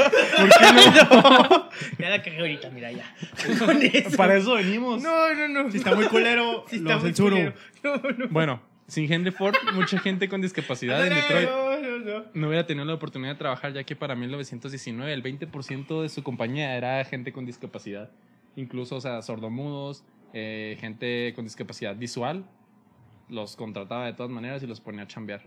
Ya la cagué ahorita, mira ya. Con eso. Para eso venimos. No. Si está muy culero, Sí lo está muy censuro. culero. No. Bueno, sin Henry Ford, mucha gente con discapacidad en Detroit No. no hubiera tenido la oportunidad de trabajar, ya que para 1919 el 20% de su compañía era gente con discapacidad. Incluso, o sea, sordomudos, gente con discapacidad visual. Los contrataba de todas maneras y los ponía a chambear.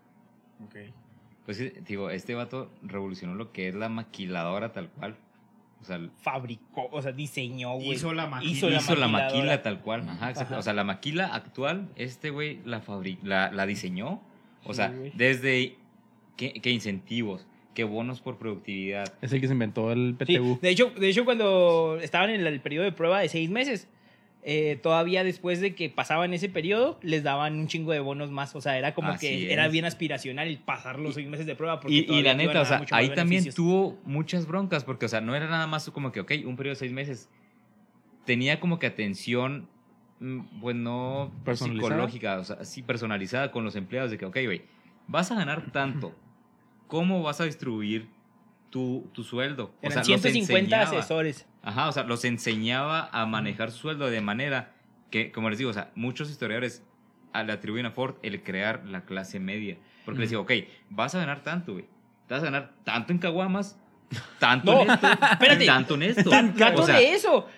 Pues digo, este vato revolucionó lo que es la maquiladora tal cual. O sea, Fabricó, o sea, diseñó, güey. Hizo la maquila. hizo la maquiladora. maquila tal cual. Ajá, exacto. Ajá. O sea, la maquila actual, este güey la diseñó. O Sí, sea, güey. desde qué incentivos, qué bonos por productividad. Es el que se inventó el Sí, PTU. de hecho, cuando estaban en el periodo de prueba de 6 meses, todavía después de que pasaban ese periodo, les daban un chingo de bonos más. O sea, era como Así que es. era bien aspiracional el pasar los 6 meses de prueba. Porque Y todavía la te iban neta, a o dar sea, mucho más ahí también beneficios. tuvo muchas broncas, porque, o sea, no era nada más como que, ok, un periodo de 6 meses. Tenía como que atención, pues no ¿Personalizada? psicológica, o sea, sí personalizada con los empleados, de que, ok, güey, vas a ganar tanto, ¿cómo vas a distribuir tu sueldo? O Eran sea, los 150 enseñaba. asesores. Ajá, o sea, los enseñaba a manejar su sueldo de manera que, como les digo, o sea, muchos historiadores le atribuyen a Ford el crear la clase media. Porque les digo, ok, vas a ganar tanto, güey. Te vas a ganar tanto en caguamas, tanto No, en esto, espérate. y tanto en esto. Tanto O sea, de eso.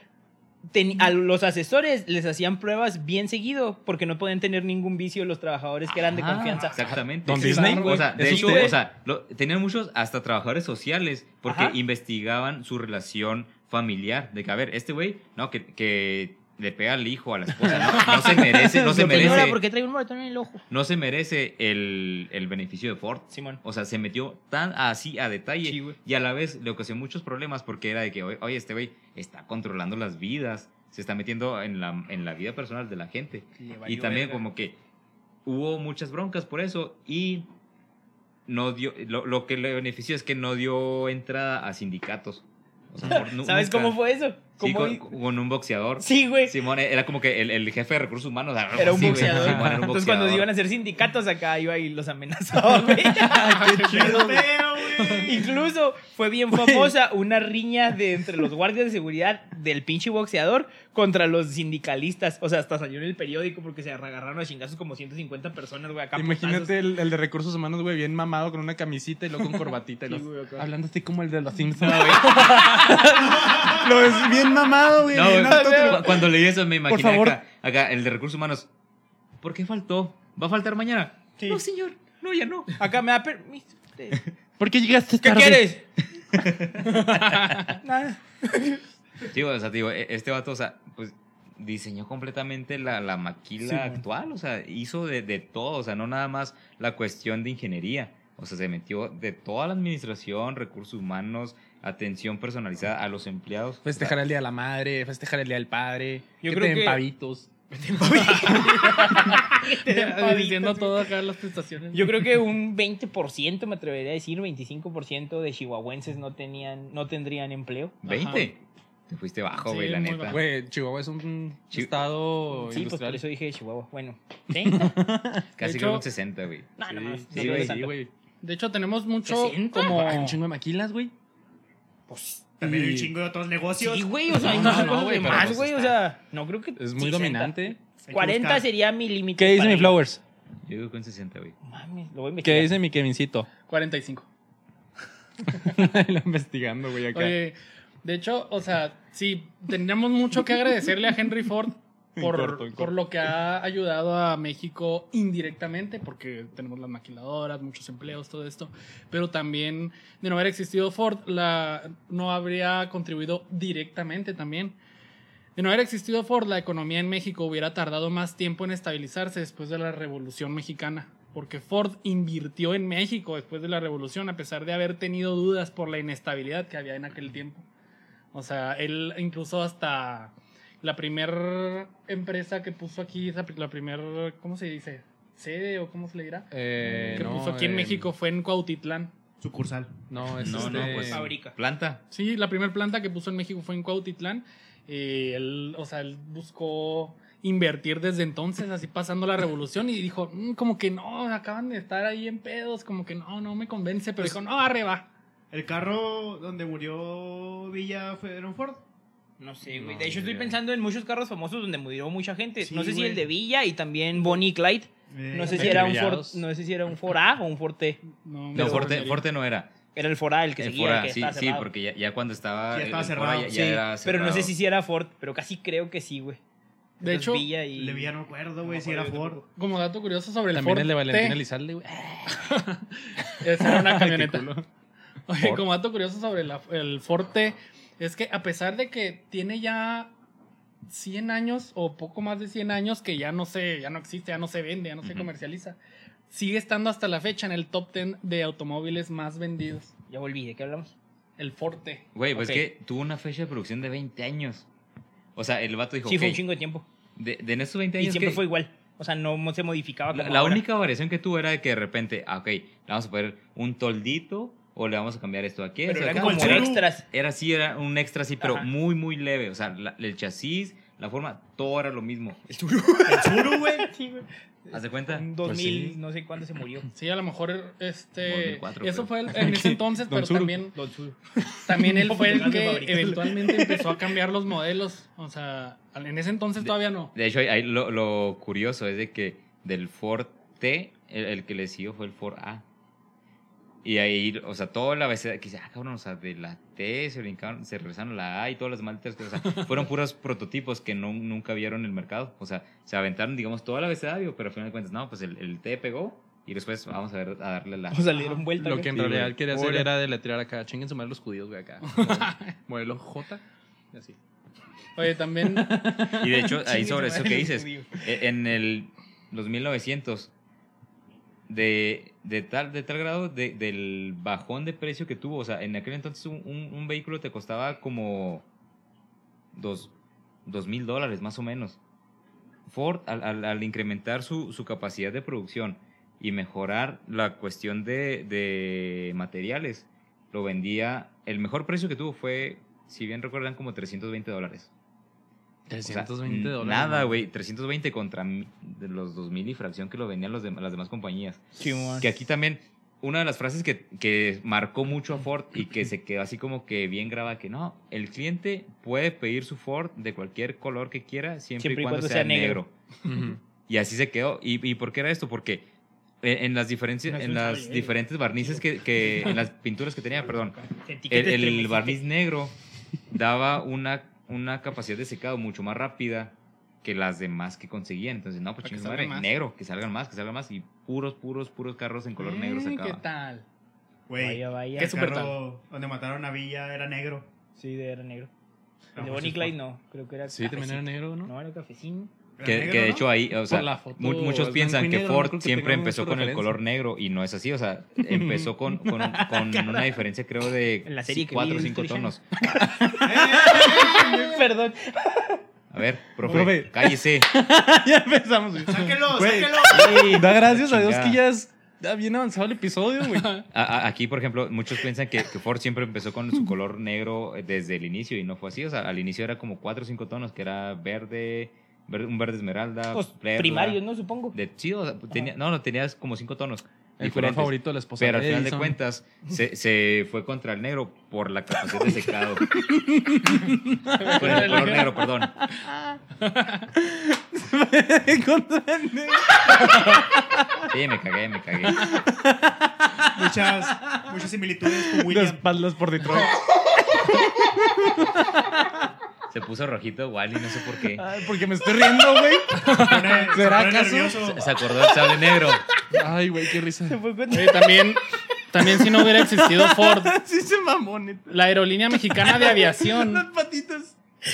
A los asesores les hacían pruebas bien seguido porque no podían tener ningún vicio los trabajadores que eran de ajá, confianza. Exactamente. Don Sí, Disney, o güey. sea, de ¿Es hecho, usted? o sea, tenían muchos hasta trabajadores sociales porque Ajá. investigaban su relación familiar. De que, a ver, este güey, no, que le pega al hijo, a la esposa, no se merece, no se Señora, merece. ¿por qué trae un moretón en el ojo? No se merece el beneficio de Ford. Simón. O sea, se metió tan así a detalle Sí, güey. y a la vez le ocasionó muchos problemas porque era de que, oye, este güey está controlando las vidas, se está metiendo en la vida personal de la gente. Le Y valió también verga. como que hubo muchas broncas por eso y no dio, lo que le benefició es que no dio entrada a sindicatos. O sea, ¿Sabes cómo fue eso? Sí, ¿Cómo con un boxeador. Sí, güey. Simón era como que el jefe de recursos humanos. Era un Sí, güey. boxeador. Simón, era un Entonces, cuando boxeador. iban a hacer sindicatos acá, iba y los amenazaba, güey. Qué chido, güey. Incluso fue bien famosa una riña de entre los guardias de seguridad del pinche boxeador contra los sindicalistas. O sea, hasta salió en el periódico porque se agarraron a chingazos como 150 personas, güey. Acá Imagínate el de recursos humanos, güey, bien mamado con una camisita y luego con corbatita. Y Sí, los- güey, acá. hablando así como el de los Simpsons, güey. Lo es bien mamado, güey. No, bien güey, harto, pero- cuando leí eso me imaginé favor. acá, el de recursos humanos. ¿Por qué faltó? ¿Va a faltar mañana? Sí. No, señor. No, ya no. Acá me da permiso. ¿Por qué llegaste ¿Qué tarde? quieres? Nada. Sí, o sea, digo, este vato, o sea, pues diseñó completamente la maquila Sí, man. actual, o sea, hizo de todo, o sea, no nada más la cuestión de ingeniería, o sea, se metió de toda la administración, recursos humanos, atención personalizada a los empleados. Festejar el Día de la Madre, festejar el Día del Padre. Yo que creo te den que- pavitos. Diciendo todo acá las prestaciones. Yo creo que un 20%, me atrevería a decir, 25% de chihuahuenses no tendrían empleo. 20. Te fuiste bajo, Sí, güey, la muy neta. bajo. Güey, Chihuahua es un estado Sí, pues por industrial. eso dije Chihuahua. Bueno, ¿sí? Casi de creo hecho- un 60, güey. No, no, más. Sí, güey, güey. De hecho, tenemos mucho 60. como... Hay un chingo de maquilas, güey. Pues también hay un chingo de otros negocios. Sí, güey, o sea, hay No, muchas no, cosas güey, de pero más, pues güey, o está- sea, no creo que... Es muy 60. dominante. Hay que 40 buscar. sería mi límite. ¿Qué dice para mi ir. Flowers? Yo digo que un 60, güey. Mames, lo voy a investigar. ¿Qué dice mi Kevincito? 45. Lo investigando, güey, acá. Oye, de hecho, o sea, sí, tendríamos mucho que agradecerle a Henry Ford En por, corto, en por corto. lo que ha ayudado a México indirectamente, porque tenemos las maquiladoras, muchos empleos, todo esto, pero también de no haber existido Ford, no habría contribuido directamente también. De no haber existido Ford, la economía en México hubiera tardado más tiempo en estabilizarse después de la Revolución Mexicana, porque Ford invirtió en México después de la Revolución, a pesar de haber tenido dudas por la inestabilidad que había en aquel tiempo. O sea, él incluso hasta la primer empresa que puso aquí, la primer, ¿cómo se dice? ¿Sede o cómo se le dirá? Que No, puso aquí en México fue en Cuautitlán. Sucursal. No, es No, no, pues Fábrica. planta. Sí, la primera planta que puso en México fue en Cuautitlán. Él buscó invertir desde entonces, así pasando la revolución, y dijo, como que no, acaban de estar ahí en pedos, como que no me convence, pero dijo, no, arriba. ¿El carro donde murió Villa era un Ford? No sé, güey. No, De hecho, estoy idea. pensando en muchos carros famosos donde murió mucha gente. Sí, no sé si güey. el de Villa y también Bonnie y Clyde. No sé si era un Ford, no sé si era un Ford A o un Ford T. No, No, me Forte no era. Era el Ford A el que El seguía, Fora, el que sí, estaba sí, cerrado. porque ya cuando estaba. Sí, ya estaba el Fora cerrado. ya Sí, era pero no sé cerrado. si sí era Ford, pero casi creo que sí, güey. De Entonces, hecho, Villa y... El de Villa no me acuerdo, güey, si era Ford. Como dato curioso sobre el También Ford el de Valentín T, Elizalde, güey. esa era una camioneta. Qué culo. Oye, Ford. como dato curioso sobre el Ford T, es que a pesar de que tiene ya 100 años o poco más de 100 años que ya no existe, ya no se vende, ya no se Ujú. comercializa, sigue estando hasta la fecha en el top 10 de automóviles más vendidos. Ya volví, ¿de qué hablamos? El Ford T. Güey, pues Ok. que tuvo una fecha de producción de 20 años. O sea, el vato dijo. Sí, fue "Ok, un chingo de tiempo. de en estos 20 Y años. siempre ¿qué?". fue igual. O sea, no se modificaba como La ahora. única variación que tuvo era de que de repente, ok, le vamos a poner un toldito o le vamos a cambiar esto aquí. Pero esto eran acá. como el Tsuru. extras. Era así, era un extra así, pero Ajá. muy, muy leve. O sea, el chasis, la forma, todo era lo mismo. El Tsuru, güey. Sí, güey. ¿Haz de cuenta? Un Pues 2000, sí. no sé cuándo se murió. Sí, a lo mejor 2004, eso creo. fue en ese entonces, Don pero Tsuru. también él fue el Grande que fabricante. eventualmente empezó a cambiar los modelos. O sea, en ese entonces todavía no. De hecho, ahí lo curioso es de que del Ford T, el que le siguió fue el Ford A. Y ahí, o sea, toda la vez que dice, cabrón, o sea, de la T se brincaron, se regresaron a la A y todas las demás letras, o sea, fueron puros prototipos que nunca vieron el mercado. O sea, se aventaron, digamos, todo el abecedario, pero al final de cuentas, no, pues el T pegó y después vamos a darle la... O sea, le dieron vuelta. Lo güey. que en Sí, realidad güey. quería hacer Hola. era deletrear acá. Chinguen su madre los judíos, güey, acá. Modelo J. Y así. Oye, también Y de hecho, ahí Chingue sobre su eso madre que los dices, judíos. en los 1900, de tal grado del bajón de precio que tuvo, o sea, en aquel entonces un vehículo te costaba como $2,000 más o menos. Ford, al incrementar su capacidad de producción y mejorar la cuestión de materiales, lo vendía, el mejor precio que tuvo fue, si bien recuerdan, como $320. O sea, $320. nada, güey. 320 contra de los 2,000 y fracción que lo vendían las demás compañías. Sí, man. Que aquí también, una de las frases que marcó mucho a Ford y que se quedó así como que bien grabada, que no, el cliente puede pedir su Ford de cualquier color que quiera siempre y cuando sea negro. Y así se quedó. ¿Y por qué era esto? Porque en las diferentes barnices en las pinturas que tenía, perdón, el barniz negro daba una capacidad de secado mucho más rápida que las demás que conseguían. Entonces, no, pues Para que chingada madre, salgan más. negro, que salgan más. Y puros carros en color negro ¿Qué sacaban. tal? Güey, Vaya. ¿Qué el super carro donde mataron a Villa era negro. Sí, era negro. El de Ah, Bonnie pues, Clyde no, creo que era Sí, también era cafecito. negro, ¿no? No, era cafecino. Era Que negro, de ¿no? hecho ahí, o sea, Por la foto, muchos es piensan blanco y que negro, no Ford creo que siempre tenga empezó mucha con el referencia. color negro y no es así, o sea, empezó con una diferencia creo de En la serie que 4 o vi, 5 Disney tonos. Perdón. A ver, profe, Profe. cállese. Ya empezamos, güey. ¡Sáquelo, Güey. sáquelo! Da gracias a Dios Chingada. que ya está bien avanzado el episodio, güey. Aquí, por ejemplo, muchos piensan que Ford siempre empezó con su color negro desde el inicio y no fue así, o sea, al inicio era como 4 o 5 tonos, que era verde, un verde esmeralda, Los perla, primarios, ¿no? Supongo. sí, o sea, tenías como 5 tonos. El color diferentes. favorito de la esposa Pero al de final de Edison. cuentas se fue contra el negro por la capacidad de secado. Contra el color negro, perdón. Contra el negro. Sí, me cagué. Muchas similitudes con De William. espaldas por Detroit. Se puso rojito Wally, no sé por qué. Ay, porque me estoy riendo, güey. Se ¿Será pone acaso? nervioso. Se acordó del sable negro. Ay, güey, qué risa. Oye, también si no hubiera existido Ford, Sí se mamó, neta. la aerolínea mexicana de aviación. Las patitas.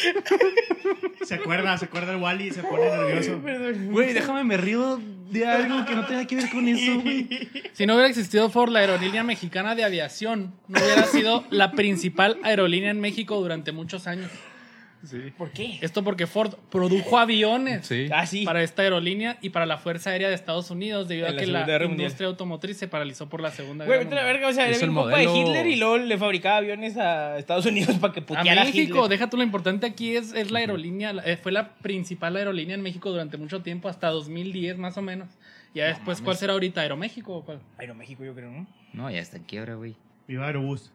Se acuerda el Wally y se pone nervioso. Güey, déjame, me río de algo que no tenga que ver con eso, güey. Si no hubiera existido Ford, la aerolínea mexicana de aviación no hubiera sido la principal aerolínea en México durante muchos años. Sí. ¿Por qué? Esto porque Ford produjo aviones Sí. Ah, sí. para esta aerolínea y para la Fuerza Aérea de Estados Unidos debido En a la que Segunda la Guerra Mundial. industria automotriz se paralizó por la Segunda Güey, Guerra vete a la Mundial. verga, o sea, era Es el bien compa de modelo- Hitler y luego le fabricaba aviones a Estados Unidos para que A puteara a México, Hitler. deja tú, lo importante aquí es la aerolínea, fue la principal aerolínea en México durante mucho tiempo, hasta 2010 más o menos. Ya después, ¿cuál será ahorita? ¿Aeroméxico o cuál? Aeroméxico, yo creo, ¿no? No, ya está en quiebra, güey. Viva Aerobús.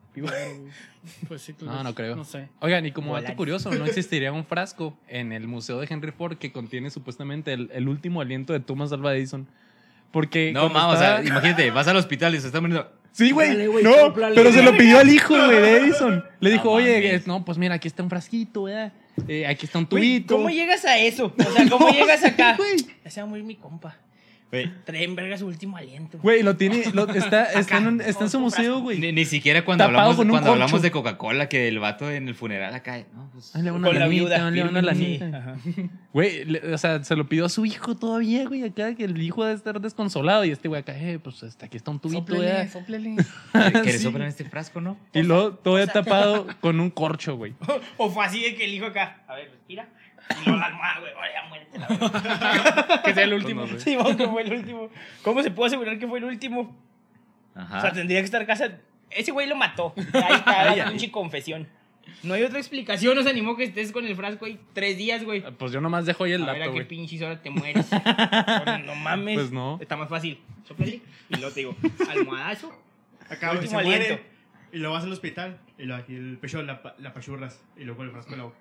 Pues sí, No creo. No sé. Oigan, y como dato Volaris. curioso, no existiría un frasco en el museo de Henry Ford que contiene supuestamente el último aliento de Thomas Alva Edison. Porque. No, cuando mamá, o sea, estaba- imagínate, vas al hospital y se está muriendo. Sí, güey. Dale, güey, No, sóplale. pero se lo pidió al hijo, güey, de Edison. Le dijo, No oye, mames. no, pues mira, aquí está un frasquito, ¿verdad? Aquí está un Güey, tubito. ¿cómo llegas a eso? O sea, ¿cómo llegas acá? Güey. Ya se va a morir mi compa. Güey, Trae en verga su último aliento. Güey, está en su museo, güey. ni siquiera cuando Tapado hablamos, con un cuando hablamos corcho. de Coca-Cola, que el vato en el funeral acá. No, pues, Dale una Con la lanita, viuda. dale una Sí, lanita. ajá. Güey, o sea, se lo pidió a su hijo todavía, güey, acá, que el hijo debe estar desconsolado. Y este güey acá, pues aquí está un tubito, ¿verdad? Sóplele. que le Sí. soplan este frasco, ¿no? Y luego todavía tapado con un corcho, güey. O fue así de que el hijo acá. A ver, respira. Y luego la almohada, güey. Oye, ya muérete la verga. Que sea el último. No sé. Sí, vamos, que fue el último. ¿Cómo se puede asegurar que fue el último? Ajá. O sea, tendría que estar casa. Ese güey lo mató. Ahí está la pinche confesión. No hay otra explicación. No se animó que estés con el frasco ahí 3 días, güey. Pues yo nomás dejo ahí el A ver a dato, qué güey. pinches hora te mueres. No, no mames. Pues no. Está más fácil. Sóplale. Y luego te digo, almohadazo. Acá, güey, se Último muere. aliento. Y luego vas al hospital. Y luego aquí el pecho la pachurras. Y luego el frasco de la boca.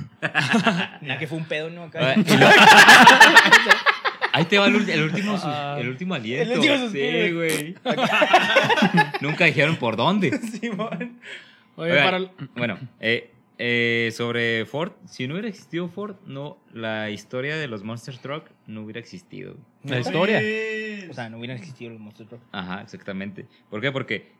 La que fue un pedo, ¿no? Acá. Ah, y luego- Ahí te va el último aliento. El último suspiro. Sí, güey. Nunca dijeron por dónde. Simón. Oye, Oigan, para el- Bueno, sobre Ford, si no hubiera existido Ford, no, la historia de los Monster Truck no hubiera existido. La historia. O sea, no hubieran existido los monstruos. Truck. Ajá, exactamente. ¿Por qué? Porque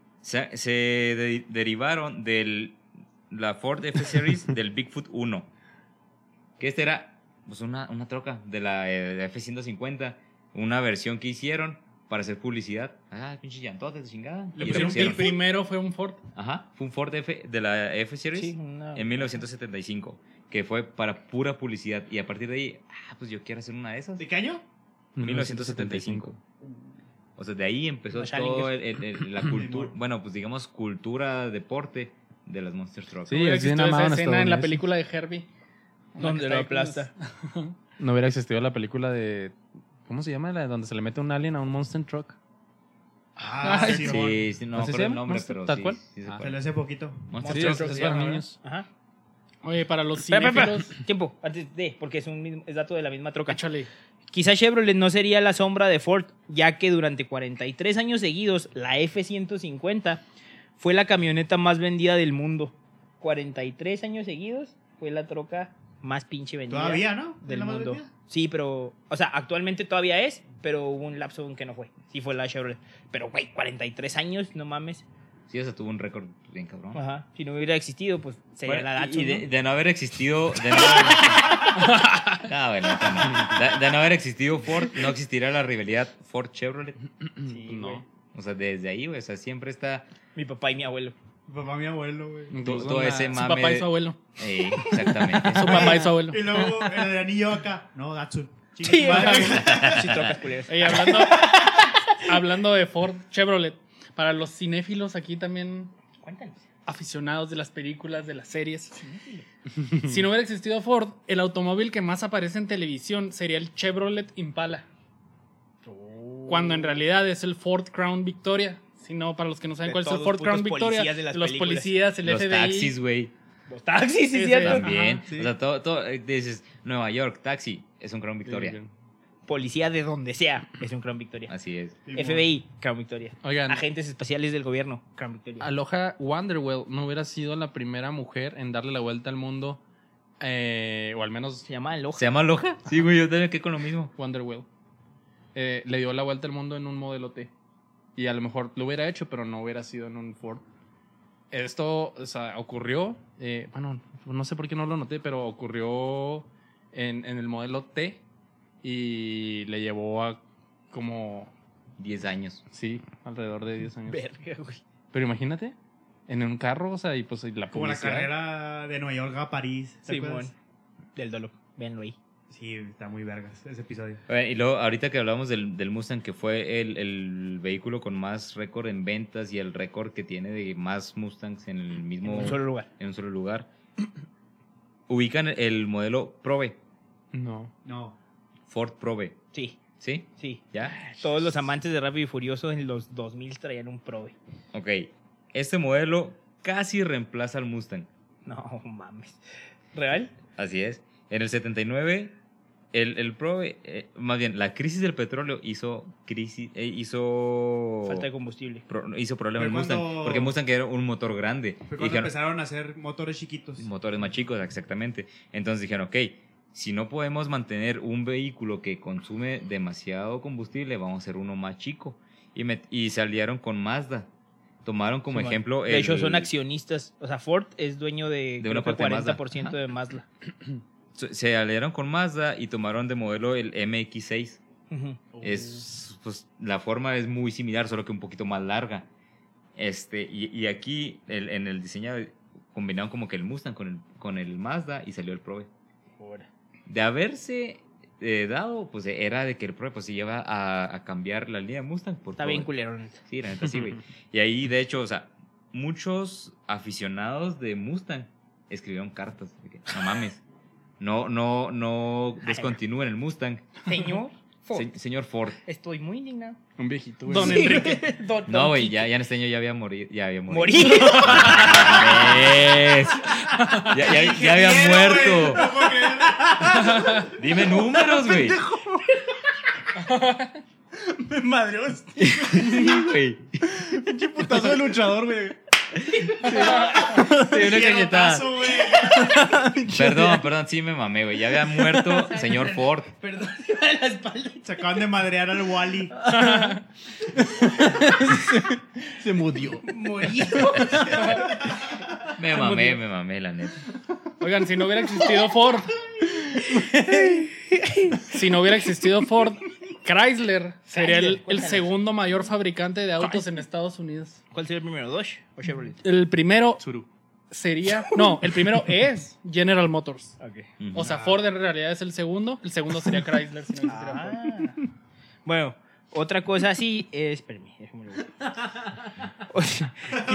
se derivaron de la Ford F-Series del Bigfoot 1. Que este era pues, una troca de la F-150. Una versión que hicieron para hacer publicidad. Ah, pinche llantotes de chingada. Le Y pusieron pusieron. el primero fue un Ford. Ajá, fue un Ford de la F-Series Sí, una... en 1975. Que fue para pura publicidad. Y a partir de ahí, pues yo quiero hacer una de esas. ¿De qué año? 1975. O sea, de ahí empezó Los todo la cultura, bueno, pues digamos cultura, deporte de las Monster Truck. Sí, Hubiera es bien existido amado esa en escena en la Estados Unidos. película de Herbie. Donde Está lo ahí con los- aplasta. No hubiera existido la película de. ¿Cómo se llama? La de donde se le mete un alien a un Monster Truck. Ah, sí, Sí, sí, no me ¿Así acuerdo se el llama? nombre, ¿Monster? pero ¿Tal sí, cual? sí se Se puede. le hace poquito. Monster Monster Truck. Truck Es se para llama, niños. Ajá. Oye, para los Espera, cinéfilos... Tiempo, antes de, porque es dato de la misma troca. Échale. Quizá Chevrolet no sería la sombra de Ford, ya que durante 43 años seguidos, la F-150 fue la camioneta más vendida del mundo. 43 años seguidos fue la troca más pinche vendida Todavía, ¿no? ¿Es del la más mundo. vendida? Sí, pero, o sea, actualmente todavía es, pero hubo un lapso en que no fue. Sí fue la Chevrolet. Pero, güey, 43 años, no mames. Sí, o sea, tuvo un récord bien cabrón. Ajá. Si no hubiera existido, pues sería Bueno, la Datsun, y ¿no? de no haber existido. De no haber existido Ford, no existiría la rivalidad Ford-Chevrolet. Sí, No. güey. O sea, desde ahí, güey. O sea, siempre está Mi papá y mi abuelo. Mi papá, mi abuelo, güey. Incluso todo la- ese Su mame. papá y su abuelo. Exactamente. Su papá y su abuelo. Y luego el Adrianillo acá. No, Datsun. Sí, Madre. sí, trocas culeras. Oye, hablando de Ford Chevrolet, para los cinéfilos aquí también Cuéntanos. aficionados de las películas, de las series. Si no hubiera existido Ford, el automóvil que más aparece en televisión sería el Chevrolet Impala. Cuando en realidad es el Ford Crown Victoria. Si no, para los que no saben De cuál es el todos Ford los Crown putos Victoria, policías de las los películas. policías, el Los FBI. taxis, güey. Los taxis, sí, Ese, cierto. También. Ajá, sí. O sea, todo dices, Nueva York, taxi, es un Crown Victoria. Policía de donde sea es un Crown Victoria. Así es. FBI, Crown Victoria. Oigan, Agentes especiales del gobierno, Crown Victoria. Aloha Wonderwell no hubiera sido la primera mujer en darle la vuelta al mundo, o al menos Se llama Aloha. ¿Se llama Loja? Sí, güey, yo también que con lo mismo. Wonderwell. Le dio la vuelta al mundo en un modelo T. Y a lo mejor lo hubiera hecho, pero no hubiera sido en un Ford. Esto, o sea, ocurrió, bueno, no sé por qué no lo noté, pero ocurrió en el modelo T y le llevó a como, 10 años. sí, alrededor de 10 años. Verga, güey. Pero imagínate, en un carro, o sea, y pues y la Como la publicidad. carrera de Nueva York a París. ¿te Simón. acuerdas? Del Dolo. Véanlo ahí. Sí, está muy vergas ese episodio. Y luego, ahorita que hablamos del Mustang, que fue el vehículo con más récord en ventas y el récord que tiene de más Mustangs en el mismo... En un solo lugar. en un solo lugar. Ubican el modelo Probe, No. No. Ford Probe, Sí, ¿sí? sí. ¿Ya? Todos los amantes de Rápido y Furioso en los 2000 traían un Probe. Ok. Este modelo casi reemplaza al Mustang. No mames. ¿Real? Así es. En el 79, el Probe, más bien, la crisis del petróleo hizo Falta de combustible. hizo problema al Fue Mustang. cuando- Porque Mustang era un motor grande. Fue Y cuando dijeron, empezaron a hacer motores chiquitos. motores más chicos, exactamente. Entonces dijeron, ok, si no podemos mantener un vehículo que consume demasiado combustible, vamos a hacer uno más chico. Y se aliaron con Mazda. Tomaron como Simón. ejemplo... De hecho, son accionistas. O sea, Ford es dueño de, una creo que parte de Mazda. 40% de Mazda. Se aliaron con Mazda y tomaron de modelo el MX6. Ujú. Es, pues, la forma es muy similar, solo que un poquito más larga. Y aquí, en el diseño, combinaron como que el Mustang con el Mazda y salió el Probe. De haberse dado, pues era de que el Probe pues, se lleva a cambiar la línea de Mustang. Por Está Probe. bien culero. neta. Sí, la neta sí, güey. Y ahí, de hecho, o sea, muchos aficionados de Mustang escribieron cartas. De que, no mames, no descontinúen el Mustang. Señor Ford, Señor Ford. estoy muy indignado. Un viejito, güey. Don Enrique. No, güey, ya en este año ya había morido. Morí. Mames. Ya había muerto. No puedo creer. Dime números, güey. Me madreó este Güey. putazo de luchador, güey. Te di una cachetada. Pierrotazo, güey. Perdón, sí me mamé, güey. Ya había muerto señor Ford. Perdón, se me da la espalda. Se acaban de madrear al Wally. Se murió. Morí. Me mamé, la neta. Oigan, si no hubiera existido Ford. Si no hubiera existido Ford, Chrysler sería el Cuéntanos. segundo mayor fabricante de autos en Estados Unidos. ¿Cuál sería el primero? ¿Dodge o Chevrolet? El primero Tsuru. sería. No, el primero es General Motors. Ok. O sea, Ford en realidad es el segundo. El segundo sería Chrysler. Si no existiera Ford. Bueno, otra cosa así es. Espérame, déjame lo ver. O sea,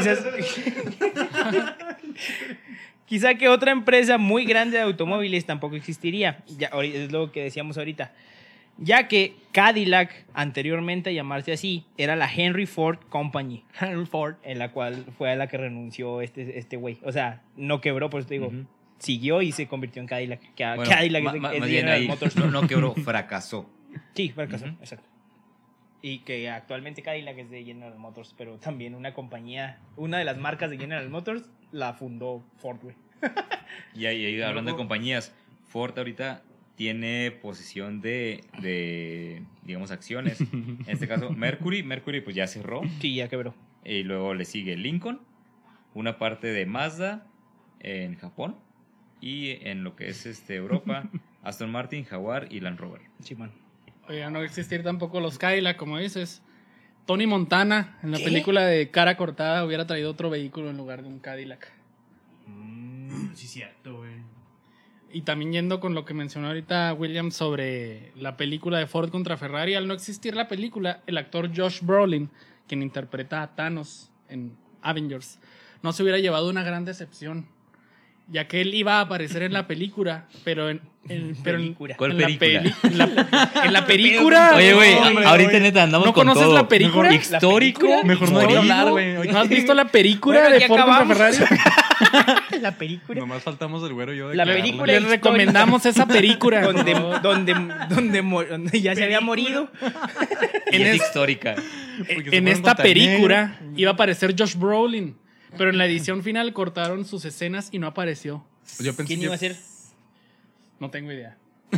quizá que otra empresa muy grande de automóviles tampoco existiría. Ya, es lo que decíamos ahorita. ya que Cadillac, anteriormente a llamarse así, era la Henry Ford Company. Henry Ford. En la cual fue a la que renunció este güey. O sea, no quebró, por eso te digo. Ujú. Siguió y se convirtió en Cadillac. Bueno, Cadillac es más bien General ahí, Motors. no quebró, fracasó. Sí, fracasó, Ujú. exacto. Y que actualmente Cadillac es de General Motors, pero también una compañía, una de las marcas de General Motors, la fundó Ford, güey. Y ahí hablando de Luego- compañías, Ford ahorita tiene posesión de digamos, acciones. En este caso, Mercury pues ya cerró. Sí, ya quebró. Y luego le sigue Lincoln, una parte de Mazda en Japón y en lo que es Europa, Aston Martin, Jaguar y Land Rover. Sí, man. Oye, no va a existir tampoco los Cadillac, como dices. Tony Montana, en la ¿Qué? película de Cara Cortada, hubiera traído otro vehículo en lugar de un Cadillac. Sí, cierto, güey. Y también yendo con lo que mencionó ahorita William sobre la película de Ford contra Ferrari, al no existir la película, el actor Josh Brolin, quien interpreta a Thanos en Avengers, no se hubiera llevado una gran decepción, ya que él iba a aparecer en la película, pero en Película. ¿Cuál en la película? en la película. Oye, güey, hombre, ahorita güey. neta andamos ¿No con conoces todo. la película? ¿La Histórico. película? Mejor no hay que Morido. hablar, güey. ¿No has visto la película Bueno, de aquí Ford contra acabamos. Ferrari? La película. Nomás faltamos el güero y yo de La cagarla. película Les recomendamos esa película. donde, por favor. donde ya se había morido. Y es es- histórica. Porque se En fueron esta contra el película iba a aparecer Josh Brolin, pero en la edición final cortaron sus escenas y no apareció. Yo pensé ¿Quién que- iba a ser? No tengo idea.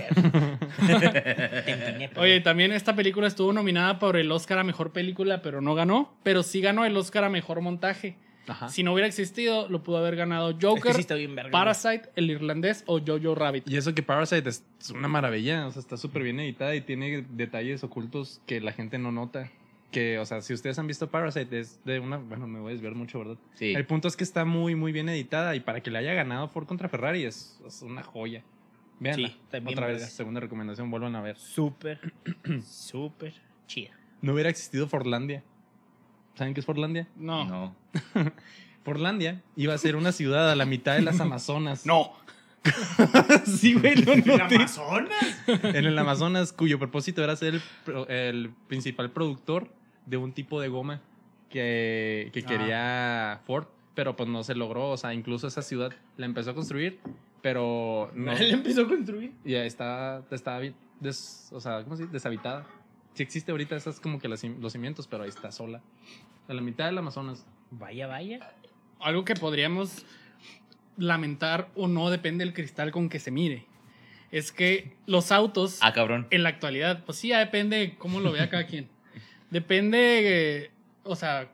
Te empeñé, pero- Oye, también esta película estuvo nominada por el Oscar a Mejor Película, pero no ganó. Pero sí ganó el Oscar a Mejor Montaje. Ajá. Si no hubiera existido, lo pudo haber ganado Es que Joker, sí está bien verga, Parasite, El Irlandés o Jojo Rabbit. Y eso que Parasite es una maravilla, o sea, está súper bien editada y tiene detalles ocultos que la gente no nota. Que, o sea, si ustedes han visto Parasite, es de una... Bueno, me voy a desviar mucho, ¿verdad? Sí. El punto es que está muy, muy bien editada y para que le haya ganado Ford contra Ferrari es una joya. Veanla. Sí, también Otra vez, vergas. segunda recomendación, vuelvan a ver. Súper, súper chida. No hubiera existido Fordlandia. ¿Saben qué es Fordlandia? No. No. Fordlandia iba a ser una ciudad a la mitad de las Amazonas. No. Sí, güey, no, ¿En no. Amazonas? En el Amazonas, cuyo propósito era ser el principal productor de un tipo de goma que quería Ford, pero pues no se logró. O sea, incluso esa ciudad la empezó a construir, pero no. Él empezó a construir. Ya está o sea, ¿cómo se dice? Deshabitada. Sí existe ahorita, esas como que los cimientos, pero ahí está sola. A la mitad del Amazonas. Vaya, vaya. Algo que podríamos lamentar o no, depende del cristal con que se mire. Es que los autos Ah, cabrón. en la actualidad, pues sí, ya depende cómo lo vea cada quien. Depende, o sea,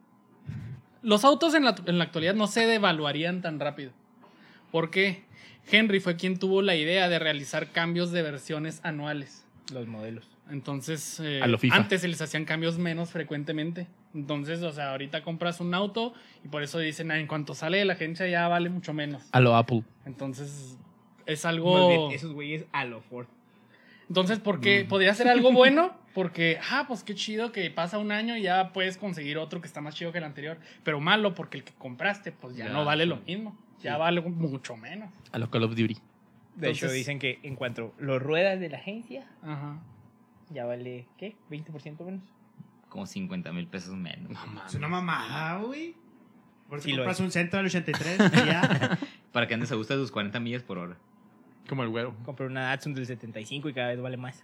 los autos en la actualidad no se devaluarían tan rápido. ¿Por qué? Henry fue quien tuvo la idea de realizar cambios de versiones anuales. Los modelos. Entonces, A lo FIFA. antes se les hacían cambios menos frecuentemente. Entonces, o sea, ahorita compras un auto y por eso dicen, en cuanto sale de la agencia ya vale mucho menos. A lo Apple. Entonces, es Más algo... bien, esos güeyes a lo Ford. Entonces, porque podría ser algo bueno, porque, pues qué chido que pasa un año y ya puedes conseguir otro que está más chido que el anterior. Pero malo, porque el que compraste, pues ya Ya, no vale sí. lo mismo. Ya vale mucho menos. A lo Call of Duty. De hecho, Entonces- dicen que en cuanto lo ruedas de la agencia, Ajá. ya vale, ¿qué? ¿20% menos? Como 50,000 pesos menos. Es una mamada, güey. Porque Sí lo compras es. un centro del 83 y ya. Para que andes a gusto de tus 40 millas por hora. Como el güero. Compré una Datsun del 75 y cada vez vale más.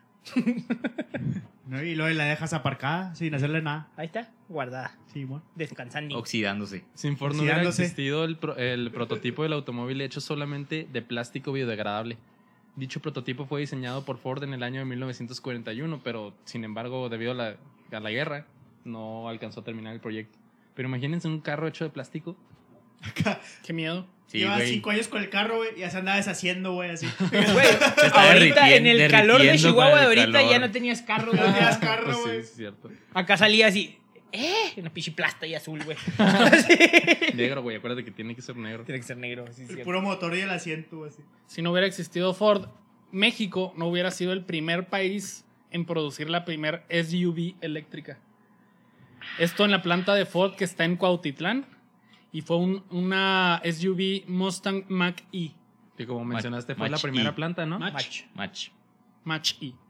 ¿No? Y luego la dejas aparcada sin hacerle nada. Ahí está, guardada, Sí, bueno. descansando. Oxidándose. Sin Ford no hubiera Oxidándose. existido el prototipo del automóvil hecho solamente de plástico biodegradable. Dicho prototipo fue diseñado por Ford en el año de 1941, pero sin embargo, debido a la guerra, no alcanzó a terminar el proyecto. Pero imagínense un carro hecho de plástico. Qué miedo. Sí, Llevas güey. 5 años con el carro, güey, y ya se andaba deshaciendo, güey, así. Güey, está ahorita en el calor de derritiendo Chihuahua con de el ahorita calor. ya no tenías carro, No güey. tenías carro, Pues sí, güey. es cierto. Acá salía así, una pinche plasta y azul, güey. Negro, güey, acuérdate que tiene que ser negro. Tiene que ser negro, sí, El cierto. puro motor y el asiento, güey, así. Si no hubiera existido Ford, México no hubiera sido el primer país en producir la primer SUV eléctrica. Esto en la planta de Ford que está en Cuautitlán. Y fue una SUV Mustang Mach-E. Que como mencionaste, fue la Mach-E. primera planta, ¿no? Mach. Match. Mach-E.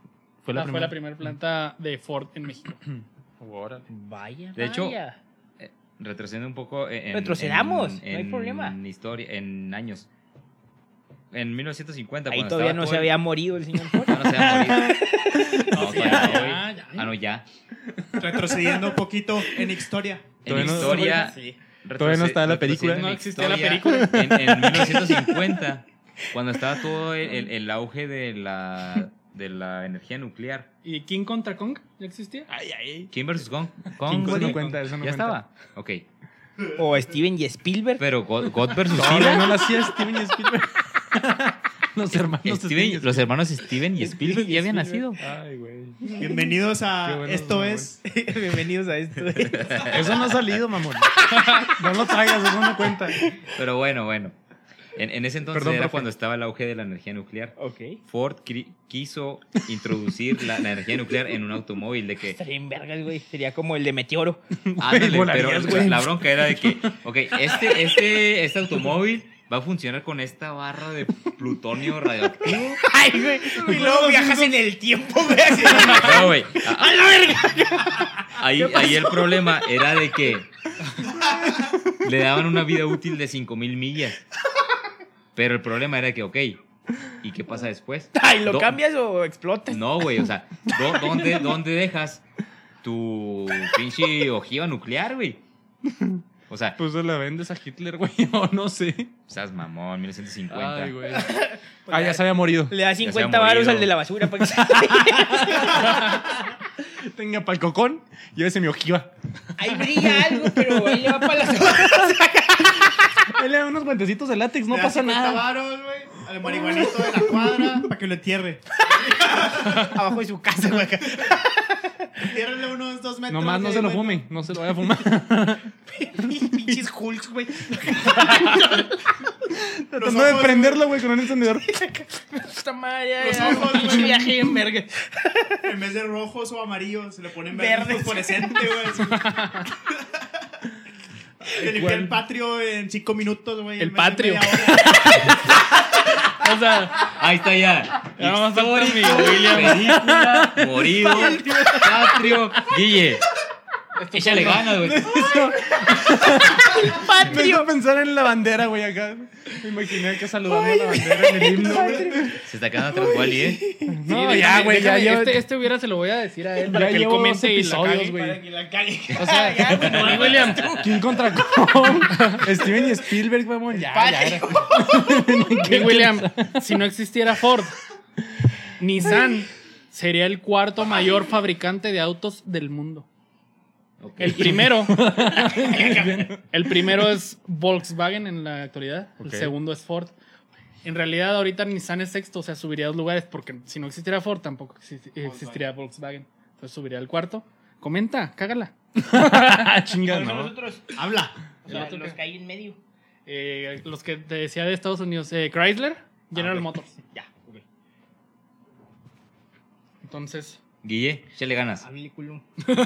Fue la primera. primera planta de Ford en México. Órale. Vaya, De hecho, vaya. Retrocediendo un poco Retrocedamos, no hay problema. En historia, en años. En 1950, Ahí cuando todavía estaba no todo se el- había morido el señor Ford. No se había morido. No, Sí, todavía no, güey. ya. Ah, no, ya. Retrocediendo un poquito en historia. En Todavía no- historia. Sí. Todavía no estaba la película. retrocediendo en No existía la historia, película. En 1950, cuando estaba todo el auge de la energía nuclear. ¿Y King contra Kong? ¿Ya existía? Ay, ay. ¿King vs. Kong? Eso güey. no cuenta, eso no ¿Ya cuenta. estaba? Ok. O Steven y Spielberg. Pero God vs. Todavía Evil. no nacía Steven y Spielberg. Los hermanos Steven- los hermanos Steven y Spielberg ya habían nacido. Ay, güey. Bienvenidos a Qué bueno, Esto mamón. es. Bienvenidos a esto. Eso no ha salido, mamón. No lo traigas, eso no cuenta. Pero bueno. En ese entonces Perdón, era profe. cuando estaba el auge de la energía nuclear. Ok. Ford quiso introducir la energía nuclear en un automóvil de que Estaría en vergas, güey. Sería como el de Meteoro. ándale, volarías, pero güey. la bronca era de que, ok, este automóvil va a funcionar con esta barra de plutonio radioactivo. Ay, güey. Y luego viajas en el tiempo, güey. así. No, güey. ¡A la verga! Ahí el problema era de que le daban una vida útil de 5,000 millas. Pero el problema era que, ok, ¿y qué pasa después? Ay, ¿lo Do- cambias o explotas? No, güey, o sea, ¿dónde dejas tu pinche ojiva nuclear, güey? O sea, Pues se la vendes a Hitler, güey, o no sé. seas mamón, 1950. Ay, güey. Ah, ya se había morido. Le da se 50 ha varos morido. al de la basura para que se... Tenga pa'l cocón, llévese mi ojiva. Ahí brilla algo, pero ahí le va para las horas. Ahí le dan unos guantecitos de látex, no Le da pasa 50 nada. varos, güey, al marihuanito de la cuadra para que lo entierre. Abajo de su casa, güey. Entiérrenle unos 2 metros. Nomás no de se lo ahí, güey. fumen, no se lo vaya a fumar. Pinches Hulks, güey. Tratando de prenderlo, güey, con un encendedor. Puta madre. Los ojos, Pinche güey. viaje en verga. En vez de rojos o amarillos, se le ponen Verde. verde fosforescente, güey. Que limpia el patrio en 5 minutos, güey. El en vez de patrio. media hora. O sea, Ahí está ya. Ya nomás falta mi Histórico, William. película, morido, patrio. Guille, échale ganas, güey. Me hizo pensar en la bandera, güey, acá. Me imaginé acá saludando a la bandera en el himno, güey. Se está quedando atrás, Wally, ¿eh? No, sí, ya, güey, ya déjame, llevo... este hubiera se lo voy a decir a él para Ya que él llevo comente 2 y la episodios, cague. güey. Para que la cague. O sea, Ya, güey, no, William, ¿Quién contra Kong? Steven y Spielberg, mamón. Ya era. que William, si no existiera Ford, Nissan sería el cuarto mayor fabricante de autos del mundo. Ok. El primero es Volkswagen en la actualidad. Ok. El segundo es Ford. En realidad, ahorita Nissan es sexto, o sea, subiría 2 lugares, porque si no existiera Ford, tampoco existiría Volkswagen. Entonces subiría al cuarto. Comenta, cágala. Chinga, Por eso no. nosotros, Habla. o sea, los que hay en medio. Los que te decía de Estados Unidos, Chrysler, General ok. Motors. Ya, ok. Entonces, Guille, échale ganas. Hable, culo.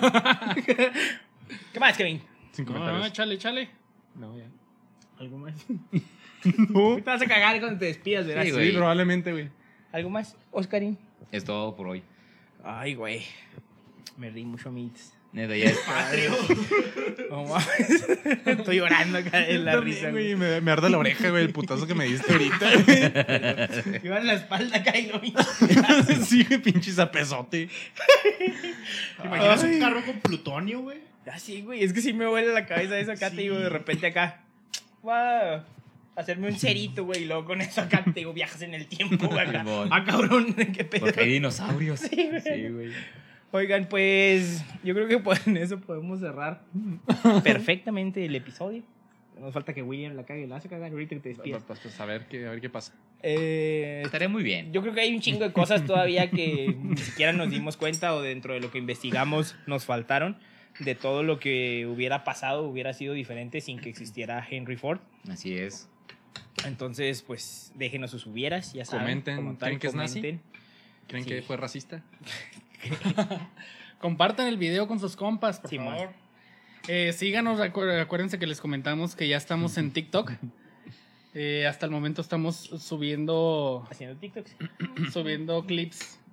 ¿Qué más, Kevin? Sin no, comentarios. échale. No, ya. ¿Algo más? No. Te vas a cagar cuando te despidas, ¿verdad? Sí, Sí, güey. probablemente, güey. ¿Algo más, Oscarín? Es todo por hoy. Ay, güey. Me reí mucho, mites. Neta, ya es. No mames. Estoy llorando acá en la También, risa, güey, güey. me arde la oreja, güey, el putazo que me diste ahorita, güey. Iba en la espalda acá y lo vi. Sí, güey, pinche zapezote. ¿Te imaginas un carro con plutonio, güey? Ah, sí, güey. Es que sí me huele la cabeza eso acá, Sí. te digo, de repente acá. Voy a hacerme un cerito, güey. Y luego con eso acá, te digo, viajas en el tiempo, güey. Acá. Simón. Ah, cabrón, qué pedo. Porque hay dinosaurios. Sí, güey. Sí, güey. Oigan, pues yo creo que con eso podemos cerrar perfectamente el episodio. Nos falta que William la cague, la hace cagar ahorita que te despidas. Pues a ver qué pasa. Estaré muy bien. Yo creo que hay un chingo de cosas todavía que ni siquiera nos dimos cuenta o dentro de lo que investigamos nos faltaron. De todo lo que hubiera pasado, hubiera sido diferente sin que existiera Henry Ford. Así es. Entonces, pues déjenos sus hubieras, ya saben. Comenten, como tal, ¿creen que es nazi? comenten. ¿Creen Sí. que fue racista? compartan el video con sus compas, por Simón. favor. Síganos, acuérdense que les comentamos que ya estamos en TikTok. Hasta el momento estamos subiendo Haciendo TikToks. clips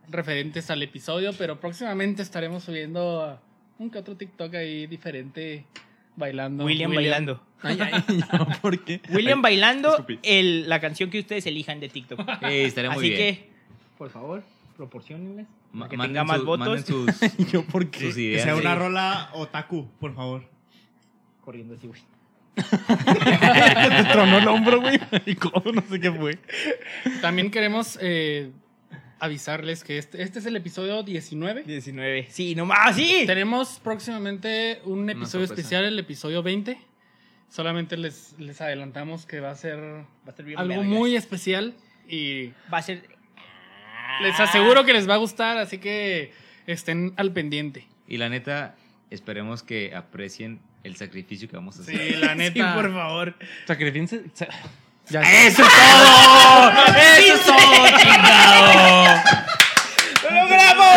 referentes al episodio, pero próximamente estaremos subiendo un que otro TikTok ahí diferente bailando. William bailando. Ay, no, ¿por qué? William bailando escupí. la canción que ustedes elijan de TikTok. Estaría muy Así bien. que, por favor, proporciónenlas. Ma- Para que manden tenga más su- votos. manden sus, ¿Yo por qué? sus Que ideas. sea una sí. rola otaku, por favor. Corriendo así, güey. Te tronó el hombro, güey. Y cómo, no sé qué fue. También queremos avisarles que este es el episodio 19. 19. Sí, nomás, sí. Tenemos próximamente un episodio sorpresa. especial, el episodio 20. Solamente les adelantamos que va a ser Va a estar bien algo vergas. muy especial y Va a ser... les aseguro que les va a gustar, así que estén al pendiente. Y la neta, esperemos que aprecien el sacrificio que vamos a hacer. Sí, la Sí, neta. por favor. Sacrifíquense. Ya. ¡Eso es todo! ¡Eso es todo, chingado! ¡Lo logramos!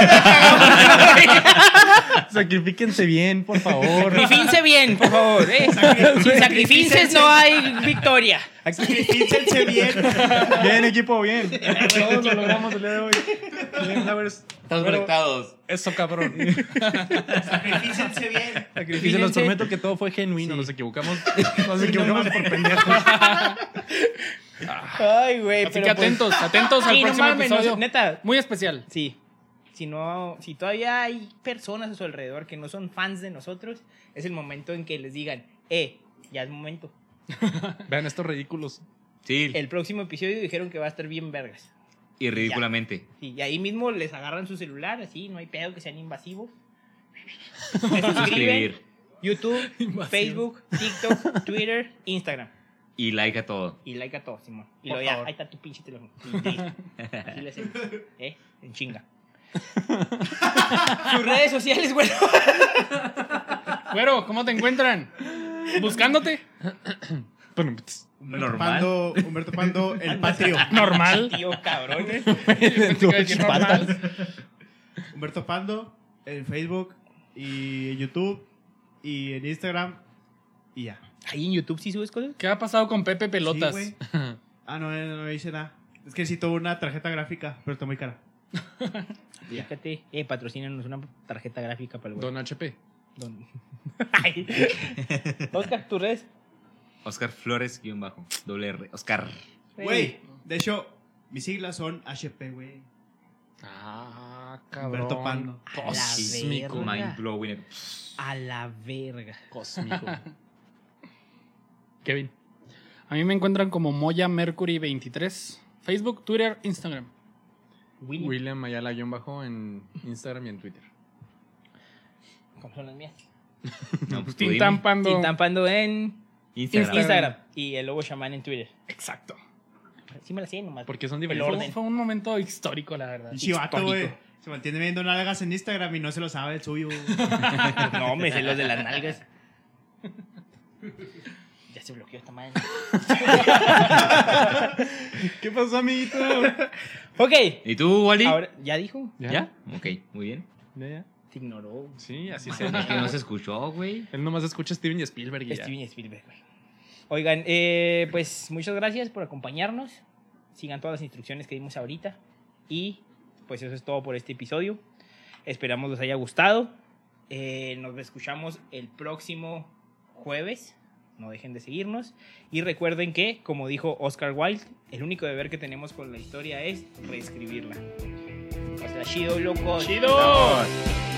Sacrifíquense bien, por favor. Sacrifícense bien, por favor. Sin sacrifices no hay victoria. Sacrifícense bien. Bien, equipo, bien. Todos lo logramos el día de hoy. Bien, Flowers. Estás conectados. Eso, cabrón. Sacrifícense bien. Y se los prometo que todo fue genuino. Nos equivocamos. Nos equivocamos por pendejos. Ay, güey. Así que atentos al Sí, no próximo mames, episodio. neta. Muy especial. Sí. Si todavía hay personas a su alrededor que no son fans de nosotros, es el momento en que les digan, ya es momento. Vean estos ridículos. Sí, El próximo episodio dijeron que va a estar bien vergas. y ridículamente. Sí, y ahí mismo les agarran su celular, así, no hay pedo que sean invasivos. Se suscriben, Suscribir. YouTube, Invasivos. Facebook, TikTok, Twitter, Instagram. Y like a todo. Y like a todos, Simón. Y Por luego ya, favor. ahí está tu pinche teléfono. Así le hacemos. En chinga. Sus redes sociales, güey. Güero, ¿cómo te encuentran? ¿Buscándote? Normal. Humberto Pando, el patrio. Normal. Tío, cabrón. Normal. Humberto Pando en Facebook y en YouTube y en Instagram y ya. Ahí en YouTube sí subes cosas. ¿Qué ha pasado con Pepe Pelotas? Sí, güey. No hice nada. Es que necesito una tarjeta gráfica, pero está muy cara. Fíjate, patrocínanos una tarjeta gráfica para el güey. Don HP. Ay. Oscar, ¿tus redes? Oscar Flores, _R. Oscar. Güey, de hecho, mis siglas son HP, güey. Ah, cabrón. Humberto Pando. A la Cósmico. verga. Mind blowing. A la verga. Cósmico. Kevin. A mí me encuentran como Moya Mercury 23. Facebook, Twitter, Instagram. William Ayala _ en Instagram y en Twitter. ¿Cómo son las mías? No, pues tú dime. Tintampando. Tintampando en Instagram. Instagram. Y el lobo chamán en Twitter. Exacto. Sí me la sé nomás. Porque son El diferentes. orden. Fue un momento histórico, la verdad. Y chivato, güey. Histórico. Se mantiene viendo nalgas en Instagram y no se lo sabe el suyo. No, me sé los de las nalgas. Ya se bloqueó esta madre. ¿Qué pasó, amiguito? Ok. ¿Y tú, Wally? Ahora, ¿ya dijo? ¿Ya? Ok, muy bien. Ya. Te ignoró. Sí, así Es se que no se escuchó, güey. Él nomás escucha a Steven y Spielberg y ya. Steven Spielberg, güey. Oigan, pues muchas gracias por acompañarnos. Sigan todas las instrucciones que dimos ahorita. Y pues eso es todo por este episodio. Esperamos les haya gustado. Nos escuchamos el próximo jueves. No dejen de seguirnos. Y recuerden que, como dijo Oscar Wilde, el único deber que tenemos con la historia es reescribirla. O sea, chido, loco. ¡Chido! Vamos.